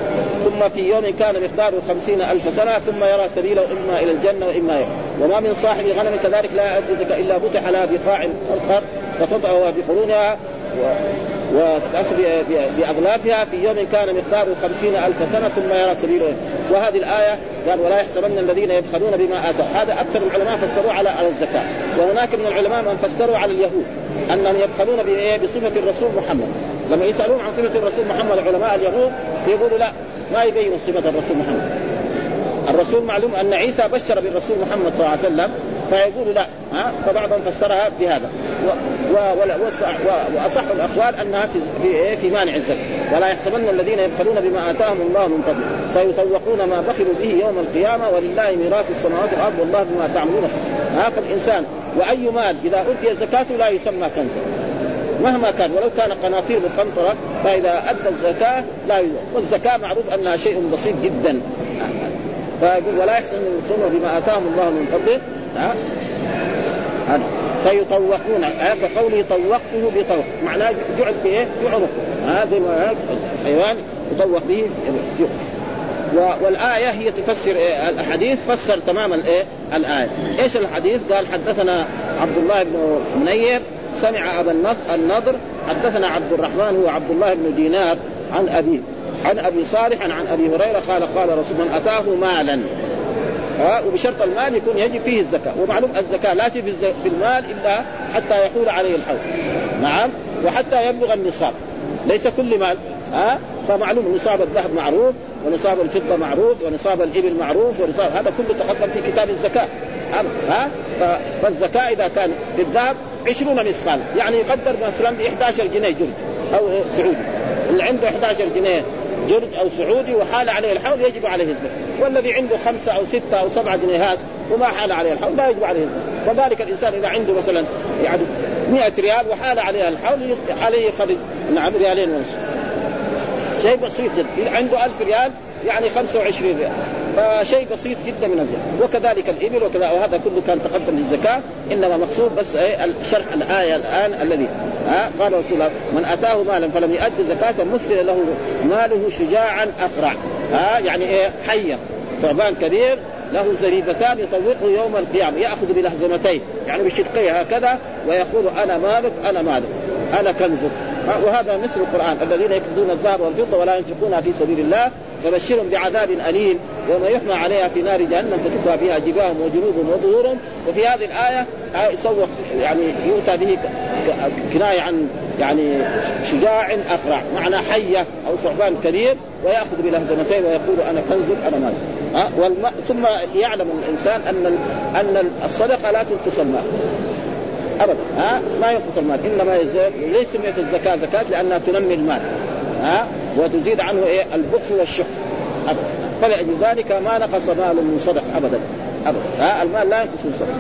ثم في يوم كان مقداره خمسين ألف سنة ثم يرى سبيله إما إلى الجنة وإما إلى. وما من صاحب غنم كذلك لا يؤدي زكاة إلا فتح لها بقاع قرقر وتضعها بقرونها وتأسر بأغلافها في يوم كان مقداره خمسين ألف سنة ثم يرى سبيله. وهذه الآية قال ولا يحسبن الذين يبخلون بما آتاهم. هذا أكثر العلماء فسروا على على الزكاة، وهناك من العلماء من فسروا على اليهود أنهم يبخلون بصفة الرسول محمد. لما يسألون عن صفة الرسول محمد علماء اليهود يقولوا لا ما يبينوا صفة الرسول محمد. الرسول معلوم أن عيسى بشر بالرسول محمد صلى الله عليه وسلم فيقولوا لا ها فبعضهم فسرها بهذا. وأصح الأقوال أنها في في مانع الزكاة. ولا يحسبن الذين يبخلون بما آتاهم الله من فضله سيطوقون ما بخلوا به يوم القيامة ولله ميراث السماوات والأرض والله بما تعملون. هذا الإنسان وأي مال إذا أدي زكاته لا يسمى كنزا مهما كان ولو كان قناطير مقنطرة فإذا أدى الزكاة لا يزكى. والزكاة معروف أنها شيء بسيط جدا. فيقول ولا يحسن يبخلون بما آتاهم الله من فضله. سيطوقون كقوله طوقته بطوق معناه جعل في ايه في عنقه هذا ما حيوان يطوق به في والآية هي تفسر الحديث فسر تماما الايه الآية. ايش الحديث؟ قال حدثنا عبد الله بن منير سمع أبا النضر حدثنا عبد الرحمن هو عبد الله بن دينار عن أبي عن أبي صالح عن أبي هريرة قال قال رسول من أتاه مالا ها وبشرط المال يكون يجب فيه الزكاة. ومعلوم الزكاة لا تجب في المال إلا حتى يحول عليه الحول نعم وحتى يبلغ النصاب ليس كل مال ها. فمعلوم نصاب الذهب معروف ونصاب الفضة معروف ونصاب الإبل معروف ونصاب هذا كله تقدم في كتاب الزكاة ها. فالزكاة إذا كان في الذهب عشرون مثقال يعني يقدر مثلا ب إحدى عشر جنيه جرد أو سعودي. اللي عنده إحدى عشر جنيه جرد أو سعودي وحال عليه الحول يجب عليه الزكاة. والذي عنده خمسة أو ستة أو سبعة جنيهات وما حال عليه الحول لا يجب عليه الزكاة. فذلك الإنسان إذا عنده مثلا يعني مئة ريال وحال عليها الحول عليه يخرج نعم ريالين ونص شيء بسيط جدا. إذا عنده ألف ريال يعني خمسة وعشرين ريال فشيء بسيط جدا من الزكاة. وكذلك الإبل وكذا وهذا كله كان تقدم للزكاة إنما مقصود بس إيه الشرح الآية الآن الذي ها قال رسول الله من أتاه مالا فلم يؤد زكاة مثل له ماله شجاعا أقرع ها يعني إيه حية ثعبان كبير له زريبتان يطوقه يوم القيامة يأخذ بلهزمتين يعني بشدقيه هكذا ويقول أنا مالك أنا مالك أنا كنزك. وهذا مثل القرآن الذين يكنزون الذهب والفضة ولا ينفقونها في سبيل الله فبشرهم بعذاب أليم يوم يحمى عليها في نار جهنم فتكوى بها جباههم وجنوبهم وظهورهم. وفي هذه الآية يسوق يعني يؤتى به كناية عن يعني شجاع أقرع معنى حية أو ثعبان كبير ويأخذ بلهزمتين ويقول أنا كنزك أنا مالك ها. والم... ثم يعلم الإنسان أن أن الصدقة لا تنقص المال أبدا ها ما ينقص المال إنما يزيد. ليس سميت الزكاة زكاة لأنها تنمي المال ها وتزيد عنه إيه البخل والشح أبدا. فلأجل ذلك ما نقص مال من صدق أبدا أبدا ها المال لا ينقص من صدق.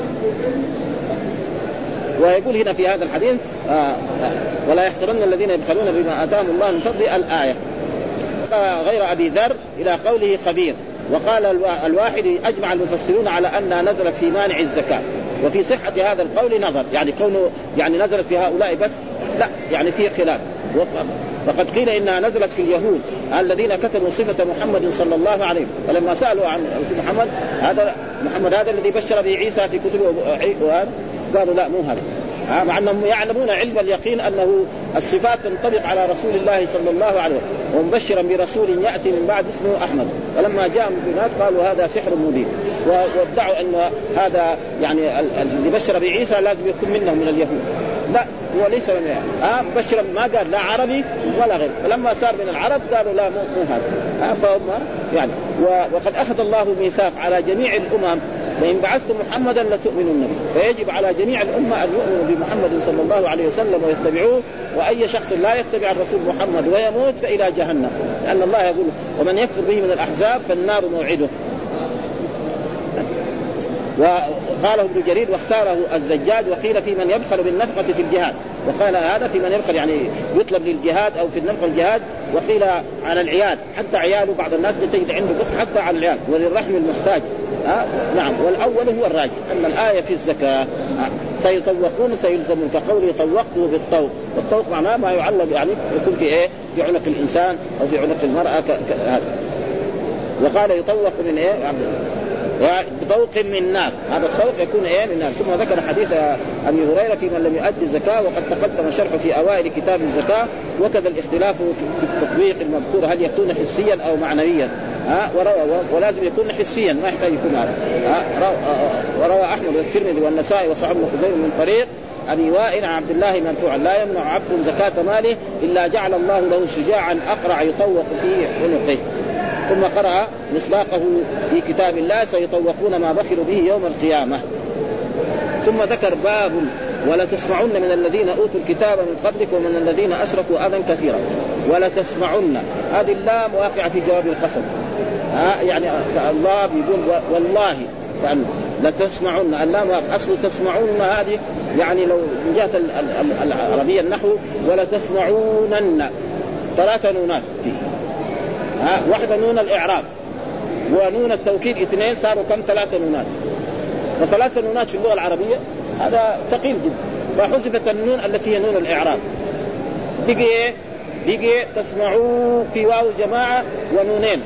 ويقول هنا في هذا الحديث آه ولا يحسبن الذين يبخلون بما آتاهم الله من فضل الآية غير أبي ذر إلى قوله خبير. وقال الواحد أجمع المفسرون على أنها نزلت في مانع الزكاة وفي صحة هذا القول نظر يعني كونه يعني نزلت في هؤلاء بس لا يعني فيه خلاف. فقد قيل إنها نزلت في اليهود الذين كتبوا صفة محمد صلى الله عليه فلما سألوا عن محمد هذا محمد هذا الذي بشر به عيسى في كتبه قالوا لا مو هذا مع أنهم يعلمون علم اليقين أنه الصفات تنطبق على رسول الله صلى الله عليه وسلم ومبشرا برسول يأتي من بعد اسمه أحمد. فلما جاء مبينات قالوا هذا سحر مبين وادعوا أن هذا يعني اللي بشر بعيسى لازم يكون منهم من اليهود. لا هو ليس من يعني. مبشرا ما قال لا عربي ولا غير. فلما صار من العرب قالوا لا مو هذا فهم يعني. وقد أخذ الله ميثاق على جميع الأمم وإن بعثتم محمدا لتؤمنون به. فيجب على جميع الأمة أن يؤمنوا بمحمد صلى الله عليه وسلم ويتبعوه. وأي شخص لا يتبع الرسول محمد ويموت فإلى جهنم لأن الله يقول ومن يكفر به من الأحزاب فالنار موعده. وقاله ابن جرير واختاره الزجاج وقيل في من يبخل بالنفقة في الجهاد. وقال هذا في من يبخل يعني يطلب للجهاد أو في النفقة الجهاد. وقيل على العيال حتى عياله بعض الناس تجد عنده بخل حتى على العيال وذي الرحم المحتاج آه نعم. والأول هو الراجح أن الآية في الزكاة آه سيطوقون سيلزمون كقوله طوقته بالطوق. والطوق معناه ما يعلق يعني يكون في إيه في عنق الإنسان أو في عنق المرأة هذا. وقال يطوق من إيه بطوق من نار. هذا الطوق يكون ايه من نار. ثم ذكر حديث ابي هريره في من لم يؤدي الزكاه وقد تقدم شرحه في اوائل كتاب الزكاه. وكذا الاختلاف في التطبيق المذكور هل يكون حسيا او معنويا ها وروى ولازم يكون حسيا ما يحتاج يكون هذا ها. وروى احمد والترمذي والنسائي وصححه ابن خزيمة من طريق ابي وائل عن عبد الله مرفوعا لا يمنع عبد زكاه ماله الا جعل الله له شجاعا اقرع يطوق في عنقه. ثم قرأ مصداقه في كتاب الله سيطوقون ما بخلوا به يوم القيامة. ثم ذكر باب ولا تسمعن من الذين أوتوا الكتاب من قبلكم ومن الذين أشركوا أذى كثيرا. ولا تسمعن هذه اللام واقعة في جواب القسم ها يعني الله بيقول والله فأن لا تسمعن اللام أصل تسمعن هذه يعني لو من جهة العربية النحو ولا تسمعونن ثلاثة نونات فيه ها واحدة نون الإعراب ونون التوكيد اثنين صاروا كم ثلاثة نونات. وثلاثة نونات في اللغة العربية هذا ثقيل جدا. فحذفت النون التي هي نون الإعراب، بقي إيه؟ بقي تسمعوا في واو الجماعة ونونين.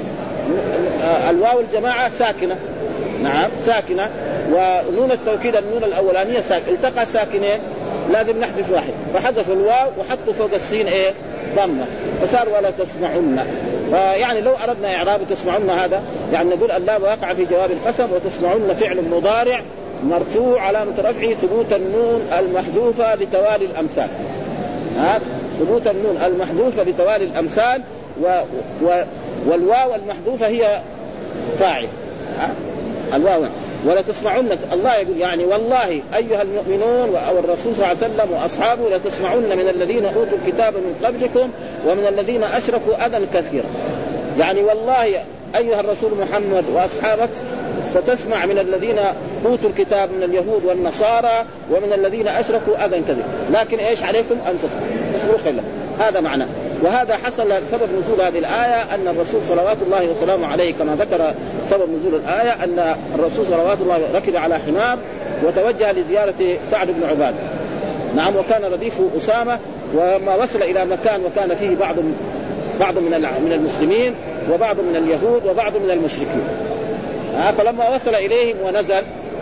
الواو الجماعة ساكنة، نعم ساكنة، ونون التوكيد النون الأولانية ساكنة، التقى ساكنين لازم نحذف واحد، فحذف الواو وحطوا فوق السين إيه ضمة، فصار ولا تسمعن. فيعني لو أردنا إعراب تسمعن هذا يعني نقول اللام واقع في جواب القسم، وتسمعن فعل مضارع مرفوع علامة رفعه ثبوت النون المحذوفة لتوالي الأمثال. ها ثبوت النون المحذوفة لتوالي الأمثال، و... و... والواو المحذوفة هي فاعل. الواو ولا تسمعن، الله يقول يعني والله أيها المؤمنون أو الرسول صلى الله عليه وسلم وأصحابه لا تسمعن من الذين أوتوا الكتاب من قبلكم ومن الذين أشركوا أذى كثيرا. يعني والله أيها الرسول محمد وأصحابك ستسمع من الذين أوتوا الكتاب من اليهود والنصارى ومن الذين أشركوا أذى كثيرا، لكن إيش عليكم أن تصبروا خير. هذا معناه. وهذا حصل سبب نزول هذه الآية أن الرسول صلوات الله وسلامه عليه كما ذكر سبب نزول الآية أن الرسول صلوات الله ركب على حمار وتوجه لزيارة سعد بن عبادة. نعم، وكان رديفه أسامة، وما وصل إلى مكان وكان فيه بعض بعض من من المسلمين وبعض من اليهود وبعض من المشركين. فلما وصل إليهم ونزل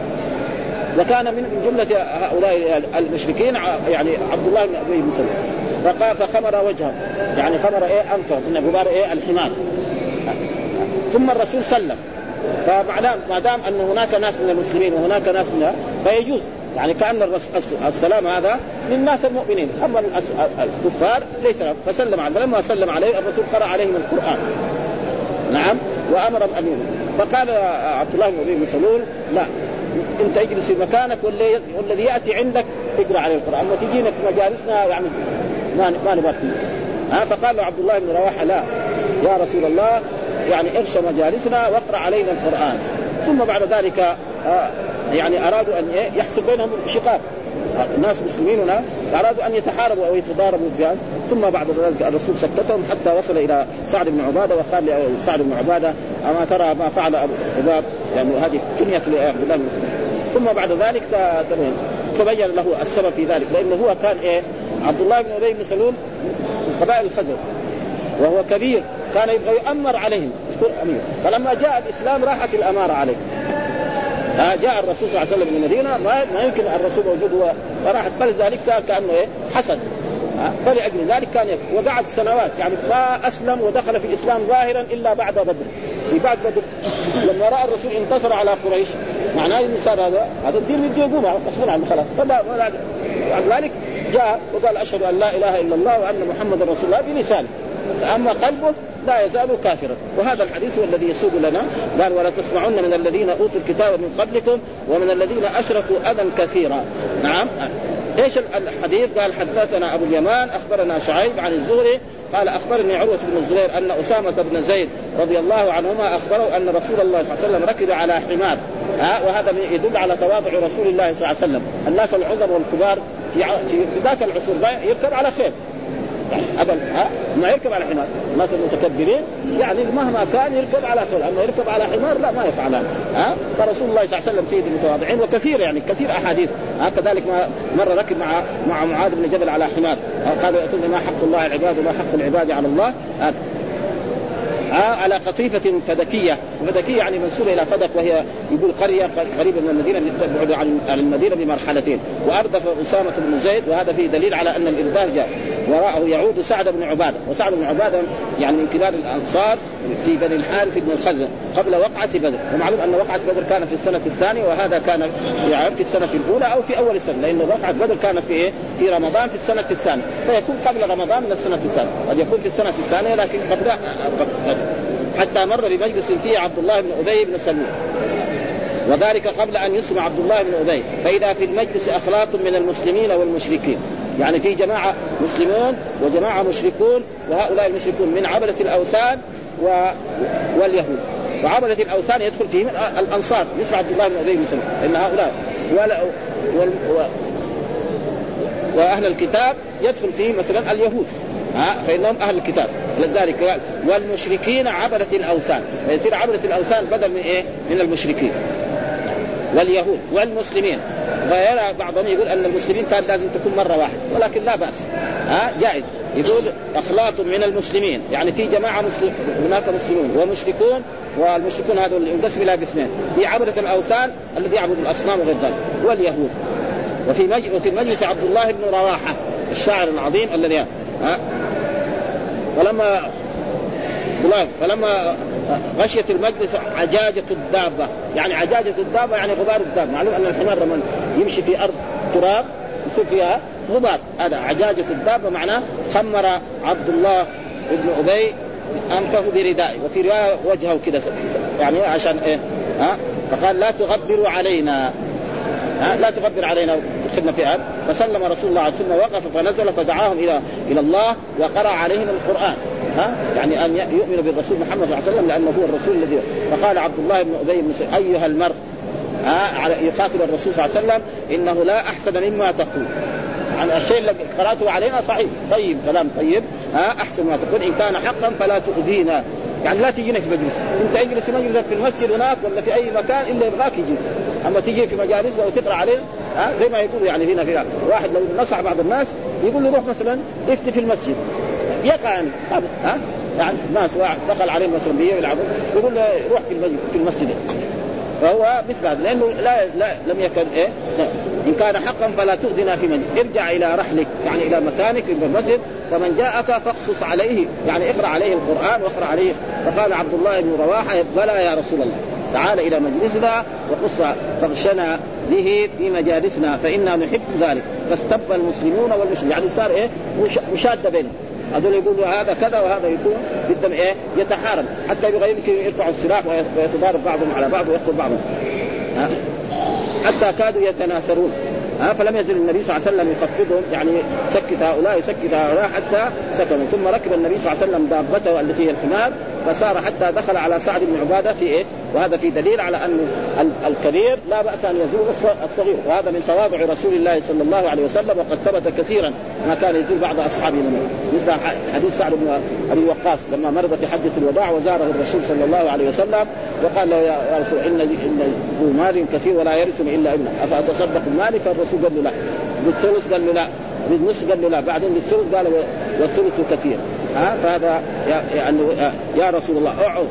وكان من جملة هؤلاء المشركين يعني عبد الله بن أبي مسلم، فقال فخمر وجهه، يعني خمر إيه أنفه من غبار إيه الحمار. ثم الرسول سلم، فما دام أن هناك ناس من المسلمين وهناك ناس من فيجوز يعني كأن السلام هذا من ناس المؤمنين، أما الكفار ليس. فسلم عليه، لما سلم عليه الرسول قرأ عليهم القرآن. نعم، وأمر بأمينه. فقال عبد الله بن أبي مسلول لا، انت اجلس في مكانك والذي يأتي عندك اقرأ عليه القرآن، ما تجينا في مجالسنا يعني ما ما نبغى فيه. ها فقال له عبد الله بن رواحة لا يا رسول الله، يعني ارش مجالسنا واقرأ علينا القرآن. ثم بعد ذلك يعني أرادوا أن يحصل بينهم شقاق، الناس مسلمين هنا أرادوا أن يتحاربوا أو يتضاربوا بجهاد. ثم بعد ذلك الرسول سكتهم حتى وصل إلى سعد بن عبادة وقال لسعد بن عبادة أما ترى ما فعل أبو عباد، يعني هذه كنية لعبد الله بن مسلم. ثم بعد ذلك تبين له السبب في ذلك، لأنه هو كان إيه عبد الله بن أبي مسلول من قبائل الخزرج وهو كبير، كان يبغى يؤمر عليهم أمير. فلما جاء الإسلام راحت الأمارة عليه. جاء الرسول صلى الله عليه وسلم من المدينة ما يمكن الرسول موجود وراحت، فلذلك صار كأنه إيه حسد. فلأجل ذلك كان يكفر وقعد سنوات، يعني ما أسلم ودخل في الإسلام ظاهرا إلا بعد بدر. في بعد بدر لما رأى الرسول انتصر على قريش، معناه إنه صار هذا هذا الدين من يقوم أصلا عن خلاص. فبعد ذلك جاء وقال أشهد أن لا إله إلا الله وأن محمد رسول الله بلسانه، أما قلبه لا يزال كافرا. وهذا الحديث هو الذي يسوق لنا، قال ولا تسمعن من الذين أوتوا الكتاب من قبلكم ومن الذين أشركوا أذى كثيرا. نعم، ايش الحديث؟ قال حدثنا ابو اليمان اخبرنا شعيب عن الزهري قال اخبرني عروة بن الزبير ان اسامة بن زيد رضي الله عنهما اخبره ان رسول الله صلى الله عليه وسلم ركب على حمار. ها وهذا يدل على تواضع رسول الله صلى الله عليه وسلم. الناس العظم والكبار في في ذاك العصور يركب على خيل، يعني أبل ها ما يركب على حمار. الناس المتكبرين يعني مهما كان يركب على خيل، أما يركب على حمار لا ما يفعلان. ها فرسول الله صلى الله عليه وسلم سيد المتواضعين، وكثير يعني كثير أحاديث. ها كذلك ما مرة ركب مع مع معاذ بن جبل على حمار، قالوا يأتون ما حق الله العباد وما حق العباد على الله. ها على قطيفة فدكية، وفدكية يعني منسوبة إلى فدك وهي يقول قرية قريبة من المدينة تبعد عن المدينة بمرحلتين. وأردف أسامة بن زيد، وهذا فيه دليل على أن الإرداف جاء. وراءه يعود سعد بن عبادة، وسعد بن عبادة يعني من كبار الأنصار في بني الحارث بن الخزرج قبل وقعة بدر. ومعلوم أن وقعة بدر كانت في السنة الثانية، وهذا كان يعني في السنة الأولى أو في أول السنة، لأن وقعة بدر كانت في إيه؟ في رمضان في السنة الثانية، فيكون قبل رمضان من السنة الثانية، قد يكون في السنة الثانية لكن قبل حتى مر بمجلس فيه عبد الله بن أبي بن سلول، وذلك قبل أن يسمع عبد الله بن أبي، فإذا في المجلس أخلاط من المسلمين والمشركين، يعني في جماعة مسلمون وجماعة مشركون، وهؤلاء المشركون من عبدة الأوثان و... واليهود. وعبدة الأوثان يدخل فيهم الأنصار مثل عبد الله بن أبي بن سلول، إن هؤلاء ولا... وال... و... وأهل الكتاب يدخل فيهم مثلا اليهود، ها فإنهم أهل الكتاب. لذلك قال والمشركين عبدة الأوثان، فيصير عبدة الأوثان بدل من إيه؟ من المشركين. واليهود والمسلمين. غير بعضهم يقول أن المسلمين كان لازم تكون مرة واحدة، ولكن لا بأس ها جائز. يقول أخلاط من المسلمين، يعني في جماعة مسلم هناك مسلمون ومشركون، والمشركون هذول ينقسم إلى قسمين، في عبدة الأوثان الذي يعبد الأصنام وغير ذلك، واليهود. وفي مجلس وفي المجلس عبد الله بن رواحة الشاعر العظيم الذي ها فلما فلما غشيت المجلس عجاجة الدابة، يعني عجاجة الدابة يعني غبار الدابة. معلوم أن الحمار لما يمشي في أرض تراب يصير فيها غبار، هذا عجاجة الدابة. معناه خمر عبد الله بن أبي أنفه بردائه، وفي رواية وجهه كده يعني عشان إيه ها فقال لا تغبروا علينا، ها لا تغبر علينا دخلنا في هذا. فسلم رسول الله عليه وسلم وقف فنزل فدعاهم إلى إلى الله وقرأ عليهم القرآن، ها يعني أن يؤمنوا بالرسول محمد صلى الله عليه وسلم لأنه هو الرسول الذي. فقال عبد الله بن أبي بن سلول أيها المرء، ها على يخاطب الرسول صلى الله عليه وسلم إنه لا أحسن مما تقول، يعني الشيء الذي قرأته علينا صحيح طيب كلام طيب، ها أحسن ما تقول، إن كان حقا فلا تؤذينا، يعني لا تجينا في مجلس، انت اجلس في مجلسك في المسجد هناك ولا في اي مكان الا يبغاك يجي، اما تجي في مجالسنا وتقرا علينا ها زي ما يقولوا يعني هنا في واحد لو نصح بعض الناس يقول له روح مثلا افتي في المسجد، يقع يعني ها يعني ناس واحد دخل عليه مثلا بيه يلعبوا يقول له روح في المسجد في المسجد، فهو مثل هذا لانه لا, لا لم يكن ايه ان كان حقا فلا تؤذنا في مجلس، ارجع الى رحلك يعني الى مكانك في المسجد، فمن جاءك فاقصص عليه يعني اقرا عليه القران واقرا عليه. فقال عبد الله بن رواحه بلى يا رسول الله، تعال الى مجلسنا وقص فاغشنا به في مجالسنا فانا نحب ذلك. فاستب المسلمون والمسلمين، يعني صار ايه مشاده بينهم، هذول يقولوا هذا كذا وهذا يكون بدهم ايه يتحارب، حتى يغير يمكن يرفعوا السلاح ويتضارب بعضهم على بعض ويقتل بعضهم ها؟ حتى كادوا يتناثرون ها؟ فلم يزل النبي صلى الله عليه وسلم يخفضهم، يعني سكت هؤلاء يسكت هؤلاء حتى سكنوا. ثم ركب النبي صلى الله عليه وسلم دابته التي هي الحمار فسار حتى دخل على سعد بن عبادة في إيه؟ وهذا في دليل على أن الكبير لا بأس أن يزور الصغير، وهذا من تواضع رسول الله صلى الله عليه وسلم، وقد ثبت كثيرا ما كان يزور بعض أصحابه منه، مثل حديث سعد بن أبي وقاص لما مرض في حجة الوداع وزاره الرسول صلى الله عليه وسلم وقال له يا رسول إن إن ذو مال كثير ولا يرثني إلا ابنه أفأتصدق بمالي؟ فالرسول قال له لا، بالثلث قال له لا، بالنص قال له لا، بعدين بالثلث قال والثلث كثير ها. فهذا يعني يا رسول الله اعظ.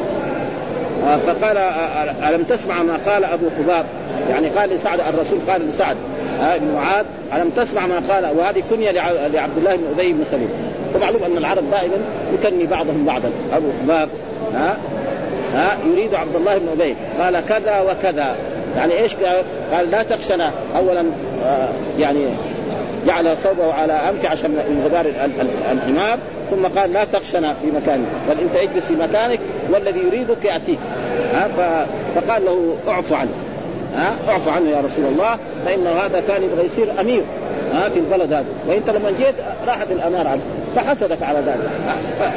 فقال ألم تسمع ما قال أبو خباب، يعني قال لسعد الرسول قال لسعد بن معاذ ألم تسمع ما قال، وهذه كنية لعبد الله بن أبي بن سلول. ومعلوم أن العرب دائما يكني بعضهم بعضا، أبو خباب ها ها يريد عبد الله بن أبي قال كذا وكذا، يعني إيش قال؟ قال لا تخشنا، أولا يعني جعل ثوبه على أنفه عشان من غبار الحمار، ثم قال لا تخشنا في مكانك بل انت اجلس في مكانك والذي يريدك ياتيك ها. فقال له اعفو عنه ها اعفو عنه يا رسول الله، فانه هذا كان يبغى يصير امير ها في البلد هذا، وانت لما جيت راحت الاماره عنه فحسدك على ذلك ها.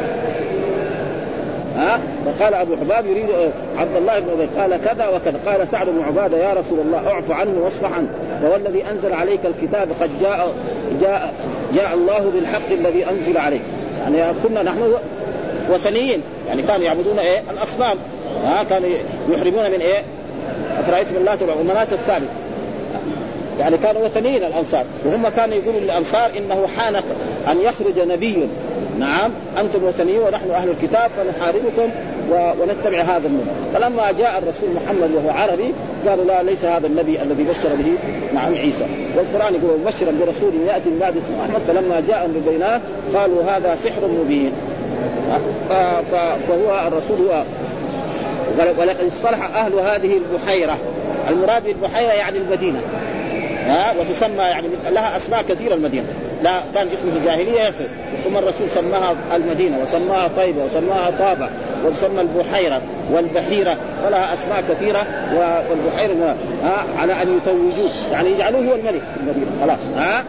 ها فقال ابو حباب يريد عبد الله بن ابي قال كذا وكذا. قال سعد بن عباده يا رسول الله اعفو عنه واصفح عنه، والذي انزل عليك الكتاب قد جاء جاء جاء الله بالحق الذي انزل عليك. يعني كنا نحن وثنيين، يعني كانوا يعبدون ايه الاصنام ها، كانوا يحرمون من ايه افرايتم اللات والمناة الثالث، يعني كانوا وثنيين الانصار، وهم كانوا يقولوا للانصار انه حان ان يخرج نبي، نعم أنتم وثنيون ونحن أهل الكتاب فنحاربكم ونتبع هذا النبي. فلما جاء الرسول محمد وهو عربي قالوا لا ليس هذا النبي الذي بشر به نعم عيسى، والقرآن يقول مبشرا برسول يأتي من بعد اسمه أحمد، فلما جاء بالبينات قالوا هذا سحر مبين. فهو الرسول هو، ولقد اصطلح أهل هذه البحيرة، المراد بالبحيرة يعني المدينة ها، وتسمى يعني لها أسماء كثيرة المدينة، لا كان اسمه في الجاهلية يثرب، ثم الرسول سماها المدينة وسماها طيبة وسماها طابة وسمى البحيرة والبحيرة، ولها أسماء كثيرة. والبحيرة ها على أن يتوجوه يعني يجعلوه هو الملك في المدينة خلاص ها،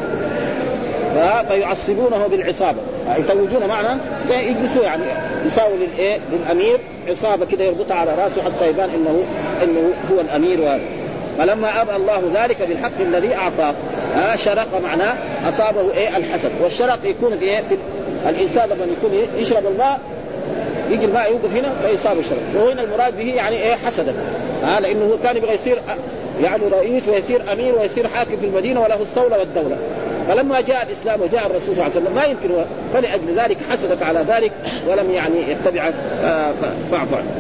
فيعصبونه بالعصابة، يتوجونه معنا يجلسوا يعني يساوي للإيه للأمير عصابة كده يربطها على رأسه حتى يبان إنه إنه هو الأمير. و... فلما أبى الله ذلك بالحق الذي أعطاه ها شرق معناه أصابه إيه الحسد، والشرق يكون في إيه في الإنسان لما يكون يشرب الماء يجي الماء يوقف هنا فيصاب الشرق، وهنا المراد به يعني إيه حسدا ها لانه كان يبغى يصير يعني رئيس ويصير امير ويصير حاكم في المدينه وله الصوله والدوله. فلما جاء الاسلام وجاء الرسول صلى الله عليه وسلم ما يمكن، فلأجل ذلك حسدك على ذلك ولم يعني يتبعك فاعف عنه.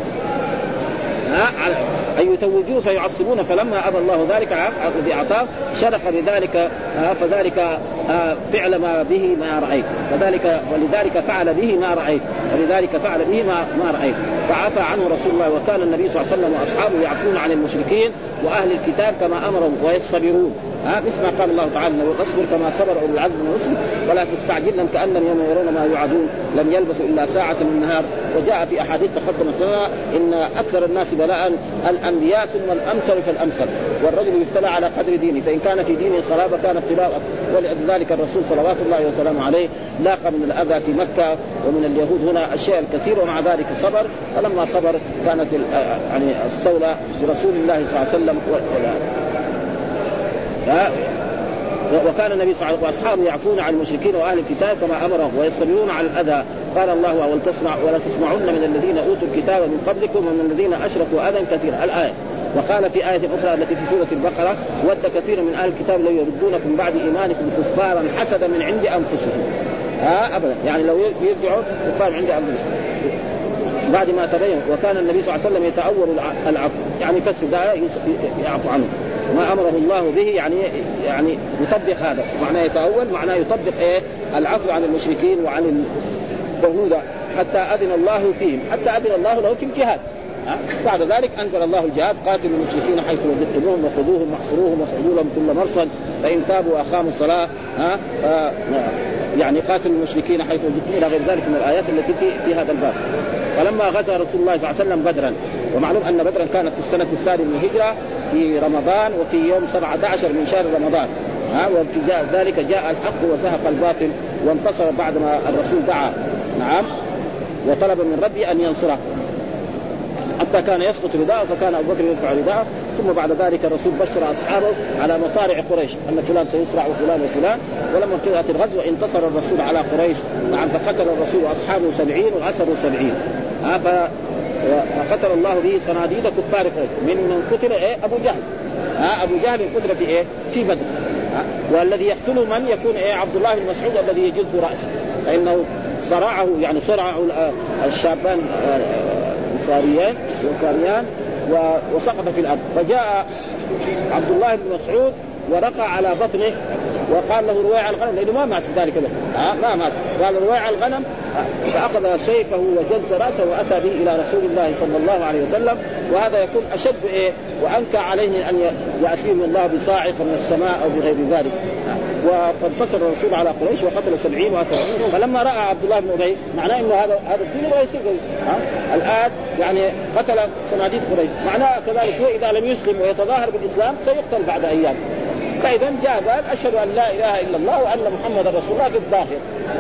أن يتوجوه فيعصبون، فلما أبى الله ذلك الذي أعطاه شرح بذلك، فذلك فعل ما به ما رأيت، فذلك ولذلك فعل به ما رأيت، ولذلك فعل به ما ما رأيت، فعفى عنه رسول الله. وكان النبي صلى الله عليه وسلم وأصحابه يعفون عن المشركين وأهل الكتاب كما أمرهم ويصبرون، ها مثل ما قال الله تعالى: واصبر كما صبر أولو العزم من الرسل ولا تستعجلن كأنهم يوم يرون ما يوعدون لم يلبثوا إلا ساعة من النهار. وجاء في أحاديث تقدمت لنا إن أكثر الناس بلاء الأنبياء ثم الأمثل فالأمثل، والرجل يبتلى على قدر دينه، فإن كان في دينه صلابة كان ابتلاء. ولذلك الرسول صلوات الله وسلامه عليه لاقى من الأذى في مكة ومن اليهود هنا أشياء الكثير، ومع ذلك صبر، فلما صبر كانت يعني الصولة برسول الله صلى الله عليه وسلم. وكان النبي صلى الله عليه وسلم واصحابه يعفون عن المشركين واهل الكتاب كما امرهم ويصبرون على الاذى. قال الله: ولا تسمع ولا تسمعن من الذين اوتوا الكتاب من قبلكم ومن الذين اشركوا اذى كثيرا، الايه. وقال في آية أخرى التي في سورة البقرة: ود كثير من أهل الكتاب لو يردونكم بعد إيمانكم كفارا حسدا من عند أنفسهم. ها أبدا، يعني لو يرجعوا كفار عند أنفسهم بعد ما تبين. وكان النبي صلى الله عليه وسلم يتأول العفو، يعني فسر يعفو عنه ما أمره الله به، يعني يعني يطبق هذا معناه يتأول، معناه يطبق إيه العفو عن المشركين وعن اليهود حتى أذن الله فيهم، حتى أذن الله له في الجهاد. بعد ذلك أنزل الله الجهاد: قاتلوا المشركين حيث وجدتموهم وخذوهم واحصروهم واخرجوا لهم كل مرصد فإن تابوا وأقاموا الصلاة. ها آه يعني قاتلوا المشركين حيث وجدتموهم إلى غير ذلك من الآيات التي في, في هذا الباب. فلما غزا رسول الله صلى الله عليه وسلم بدرا، ومعلوم أن بدرا كانت في السنة الثانية من الهجرة في رمضان وفي يوم سبعة عشر من شهر رمضان، ها وفي ذلك جاء الحق وزهق الباطل وانتصر بعد ما الرسول دعا نعم وطلب من ربي أن ينصره، حتى كان يسقط رداءه فكان أبو بكر يرفع رداءه. ثم بعد ذلك الرسول بشر أصحابه على مصارع قريش أن فلان سيسرع وفلان وفلان. ولما انتهت الغزوة انتصر الرسول على قريش نعم، فقتل الرسول أصحابه سبعين وأسروا سبعين. ها فقتل الله به صناديد كفار قريش، من من قتل إيه أبو جهل. ها أبو جهل قتل في إيه في بدر. والذي يقتله من يكون إيه عبد الله بن مسعود الذي يجد رأسه، فإنه صرعه يعني صرعه الشابان صاريان وصاريان وسقط في الأرض. فجاء عبد الله بن مسعود ورقع على بطنه وقال له: رويع الغنم، لأنه ما مات في ذلك الوقت، ما مات. قال: رويع الغنم، فأخذ سيفه وجز رأسه وأتى به إلى رسول الله صلى الله عليه وسلم. وهذا يكون أشد إيه وأنكى عليه أن يأتيهم الله بصاعقة من السماء أو بغير ذلك. وانتصر الرسول على قريش وقتل سبعين وسبعين. فلما رأى عبد الله بن أبي معناه إنه هذا هذا الدين لا يصير الآن يعني قتل صناديد قريش، معناه كذلك هو إذا لم يسلم ويتظاهر بالإسلام سيقتل بعد أيام. فإذا جاء قال: أشهد أن لا إله إلا الله وأن محمد رسول الله في الظاهر.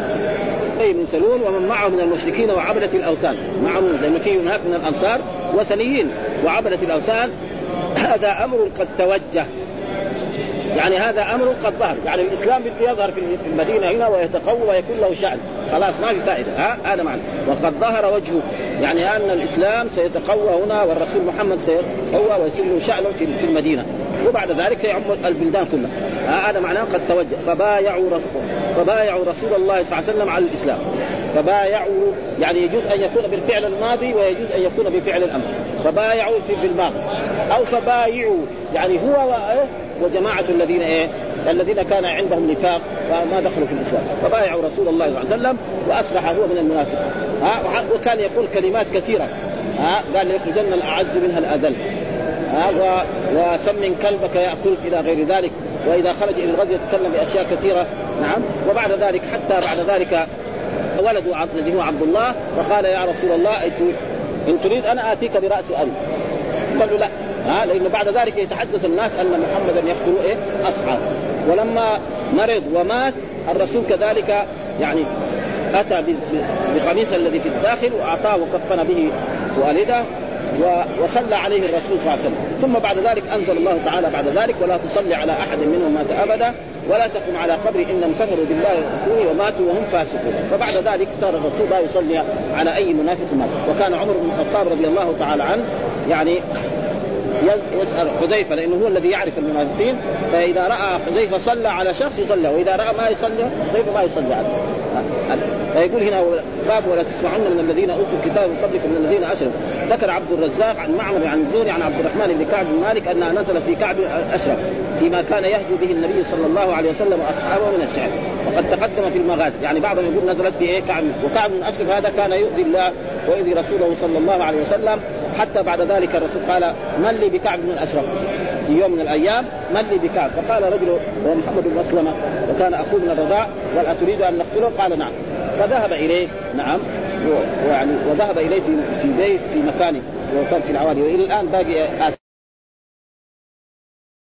من سلول ومن معه من المشركين وعبدة الأوثان، معه لأنه فيه هناك من الأنصار وثنيين وعبدة الأوثان. هذا أمر قد توجه، يعني هذا أمر قد ظهر، يعني الإسلام بده يظهر في المدينة هنا ويتقوى ويكون له شأن، خلاص ما في فائدة. ها هذا معنى وقد ظهر وجهه، يعني أن الإسلام سيتقوى هنا والرسول محمد سيتقوى ويصير له شأنه في المدينة، وبعد ذلك يعم البلدان كلها. هذا معناه قد توجه. فبايعوا رسول فبايعوا رسول الله صلى الله عليه وسلم على الإسلام. فبايعوا يعني يجوز أن يكون بالفعل الماضي ويجوز أن يكون بفعل الأمر. فبايعوا في بالماضي، أو فبايعوا يعني هو وجماعة الذين إيه الذين كان عندهم نفاق وما دخلوا في الإسلام، فبايعوا رسول الله صلى الله عليه وسلم وأصبح هو من المنافقين. ها وكان يقول كلمات كثيرة، ها قال: ليخرجن الأعز منها الأذل، ها وسمن كلبك يأكلك إلى غير ذلك. وإذا خرج إلى الغزو يتكلم بأشياء كثيرة. نعم. وبعد ذلك حتى بعد ذلك ولده الذي هو عبد الله فقال: يا رسول الله إن تريد أنا آتيك برأس أبي. قال له: لا، ها لأنه بعد ذلك يتحدث الناس أن محمدا يقتل إيه أصحابه. ولما مرض ومات الرسول كذلك يعني أتى بقميص الذي في الداخل وأعطاه وكفن به والده وصلى عليه الرسول صلى الله عليه وسلم. ثم بعد ذلك أنزل الله تعالى بعد ذلك: ولا تصلي على أحد منهم مات أبدا ولا تقم على قبر إنهم كفروا بالله ورسوله وماتوا وهم فاسقون. فبعد ذلك صار الرسول لا يصلي على أي منافق مات. وكان عمر بن الخطاب رضي الله تعالى عنه يعني يسأل حذيفة لأنه هو الذي يعرف المنافقين، فإذا رأى حذيفة صلى على شخص يصلى، وإذا رأى ما يصلي حذيفة ما يصلي عليه. فيقول هنا باب ولا تسمعن من الذين أوتوا الكتاب من قبلكم من الذين أشركوا. ذكر عبد الرزاق عن معمر عن الزهري عن عبد الرحمن بن كعب بن مالك أنها نزل في كعب الأشرف فيما كان يهجو به النبي صلى الله عليه وسلم وأصحابه من الشعر، وقد تقدم في المغازي. يعني بعضهم يقول نزلت في إيه كعب، وكعب بن الأشرف هذا كان يؤذي الله ويؤذي رسوله صلى الله عليه وسلم، حتى بعد ذلك الرسول قال من لي بكعب بن الأشرف في يوم من الأيام، من لي بكعب؟ فقال رجل هو محمد بن مسلمة وكان أخوه من الرضاع، قال أتريد أن نقتله؟ قال نعم. فذهب إليه نعم ويعني وذهب إليه في في بيت في مكانه وكان في العوالي، وإلى الآن باقي